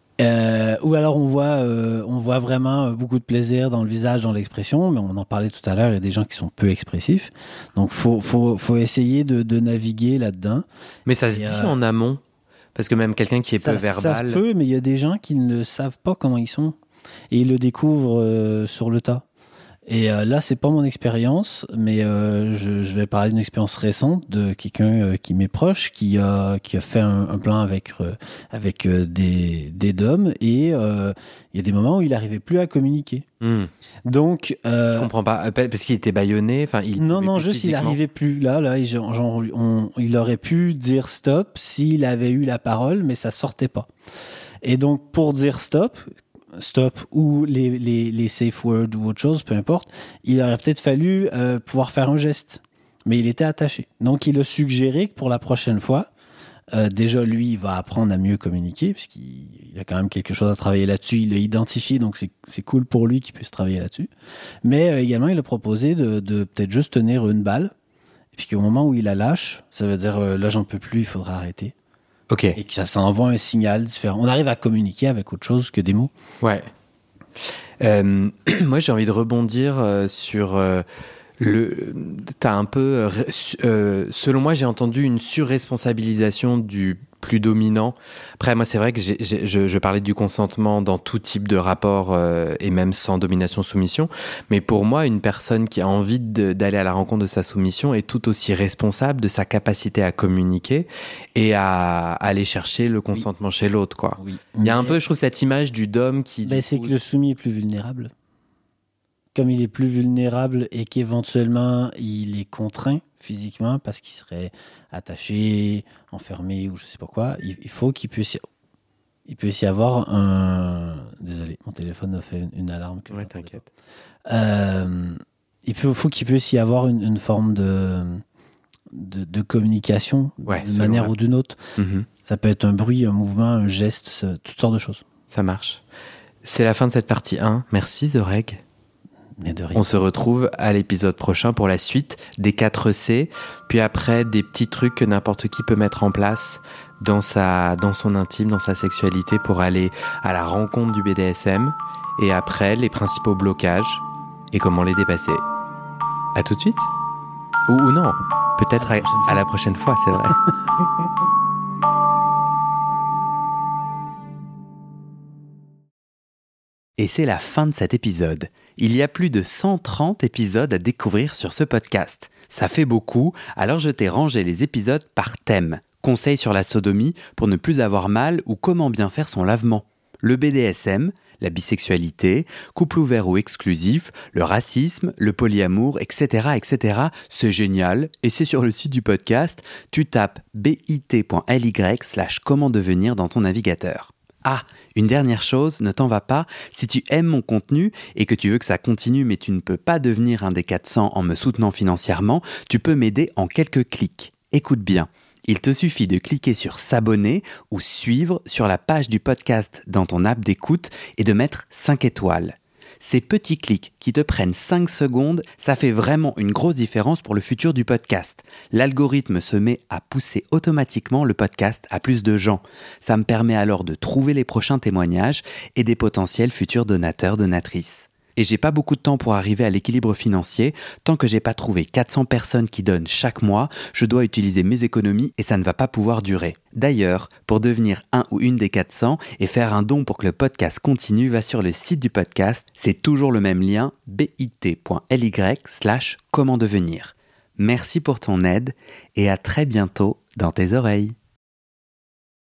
[SPEAKER 3] Euh, ou alors on voit, euh, on voit vraiment beaucoup de plaisir dans le visage, dans l'expression, mais on en parlait tout à l'heure, il y a des gens qui sont peu expressifs. Donc faut, faut, faut essayer de, de naviguer là-dedans.
[SPEAKER 1] Mais ça se
[SPEAKER 3] Et,
[SPEAKER 1] dit
[SPEAKER 3] euh,
[SPEAKER 1] en amont. Parce que même quelqu'un qui est
[SPEAKER 3] ça,
[SPEAKER 1] peu verbal.
[SPEAKER 3] Ça se peut, mais il y a des gens qui ne savent pas comment ils sont. Et ils le découvrent euh, sur le tas. Et euh, là, c'est pas mon expérience, mais euh, je, je vais parler d'une expérience récente de quelqu'un euh, qui m'est proche, qui a, qui a fait un, un plan avec, euh, avec euh, des, des D O M, et euh, il y a des moments où il n'arrivait plus à communiquer.
[SPEAKER 1] Hmm.
[SPEAKER 3] Donc, euh,
[SPEAKER 1] Je comprends pas. Parce qu'il était bâillonné. Enfin, il
[SPEAKER 3] non,
[SPEAKER 1] pouvait
[SPEAKER 3] non,
[SPEAKER 1] plus
[SPEAKER 3] juste il
[SPEAKER 1] physiquement.
[SPEAKER 3] n'arrivait plus. Là, là, il- genre, genre, on- il aurait pu dire stop s'il avait eu la parole, mais ça sortait pas. Et donc, pour dire stop, stop ou les, les, les safe words ou autre chose, peu importe, il aurait peut-être fallu euh, pouvoir faire un geste. Mais il était attaché. Donc, il a suggéré que pour la prochaine fois, euh, déjà, lui, il va apprendre à mieux communiquer, puisqu'il il a quand même quelque chose à travailler là-dessus. Il l'a identifié, donc c'est, c'est cool pour lui qu'il puisse travailler là-dessus. Mais euh, également, il a proposé de, de peut-être juste tenir une balle, et puis qu'au moment où il la lâche, ça veut dire, euh, là, j'en peux plus, il faudra arrêter.
[SPEAKER 1] Ok.
[SPEAKER 3] Et que ça, ça envoie un signal différent. On arrive à communiquer avec autre chose que des mots.
[SPEAKER 1] Ouais. Euh, moi, j'ai envie de rebondir euh, sur euh, le. T'as un peu. Euh, euh, selon moi, j'ai entendu une surresponsabilisation du plus dominant. Après, moi, c'est vrai que j'ai, j'ai, je, je parlais du consentement dans tout type de rapport euh, et même sans domination-soumission. Mais pour moi, une personne qui a envie de, d'aller à la rencontre de sa soumission est tout aussi responsable de sa capacité à communiquer et à, à aller chercher le consentement oui. chez l'autre, quoi.
[SPEAKER 3] Oui.
[SPEAKER 1] Il y a un peu, je trouve, cette image du dom qui...
[SPEAKER 3] Ben, c'est coup... que le soumis est plus vulnérable. Comme il est plus vulnérable et qu'éventuellement il est contraint physiquement parce qu'il serait attaché, enfermé ou je sais pas quoi, il, il faut qu'il puisse y... il puisse y avoir un... Désolé, mon téléphone a fait une, une alarme. Que
[SPEAKER 1] ouais, t'inquiète.
[SPEAKER 3] Euh, il peut, faut qu'il puisse y avoir une, une forme de, de, de communication
[SPEAKER 1] ouais,
[SPEAKER 3] d'une manière la... ou d'une autre.
[SPEAKER 1] Mm-hmm.
[SPEAKER 3] Ça peut être un bruit, un mouvement, un geste, ça, toutes sortes de choses.
[SPEAKER 1] Ça marche. C'est la fin de cette partie un. Merci Zoreg.
[SPEAKER 3] Mais de rien.
[SPEAKER 1] On se retrouve à l'épisode prochain pour la suite des quatre C, puis après des petits trucs que n'importe qui peut mettre en place dans, sa, dans son intime, dans sa sexualité pour aller à la rencontre du B D S M, et après les principaux blocages et comment les dépasser. À tout de suite. Ou, ou non, peut-être à la, à, à la prochaine fois, c'est vrai. Et c'est la fin de cet épisode. Il y a plus de cent trente épisodes à découvrir sur ce podcast. Ça fait beaucoup, alors je t'ai rangé les épisodes par thème. Conseils sur la sodomie pour ne plus avoir mal ou comment bien faire son lavement. Le B D S M, la bisexualité, couple ouvert ou exclusif, le racisme, le polyamour, et cetera, et cetera. C'est génial et c'est sur le site du podcast. Tu tapes bit.ly slash comment devenir dans ton navigateur. Ah, une dernière chose, ne t'en va pas, si tu aimes mon contenu et que tu veux que ça continue mais tu ne peux pas devenir un des quatre cents en me soutenant financièrement, tu peux m'aider en quelques clics. Écoute bien, il te suffit de cliquer sur s'abonner ou suivre sur la page du podcast dans ton app d'écoute et de mettre cinq étoiles.
[SPEAKER 4] Ces petits clics qui te prennent cinq secondes, ça fait vraiment une grosse différence pour le futur du podcast. L'algorithme se met à pousser automatiquement le podcast à plus de gens. Ça me permet alors de trouver les prochains témoignages et des potentiels futurs donateurs, donatrices. Et j'ai pas beaucoup de temps pour arriver à l'équilibre financier. Tant que j'ai pas trouvé quatre cents personnes qui donnent chaque mois, je dois utiliser mes économies et ça ne va pas pouvoir durer. D'ailleurs, pour devenir un ou une des quatre cents et faire un don pour que le podcast continue, va sur le site du podcast. C'est toujours le même lien, bit.ly slash comment devenir. Merci pour ton aide et à très bientôt dans tes oreilles.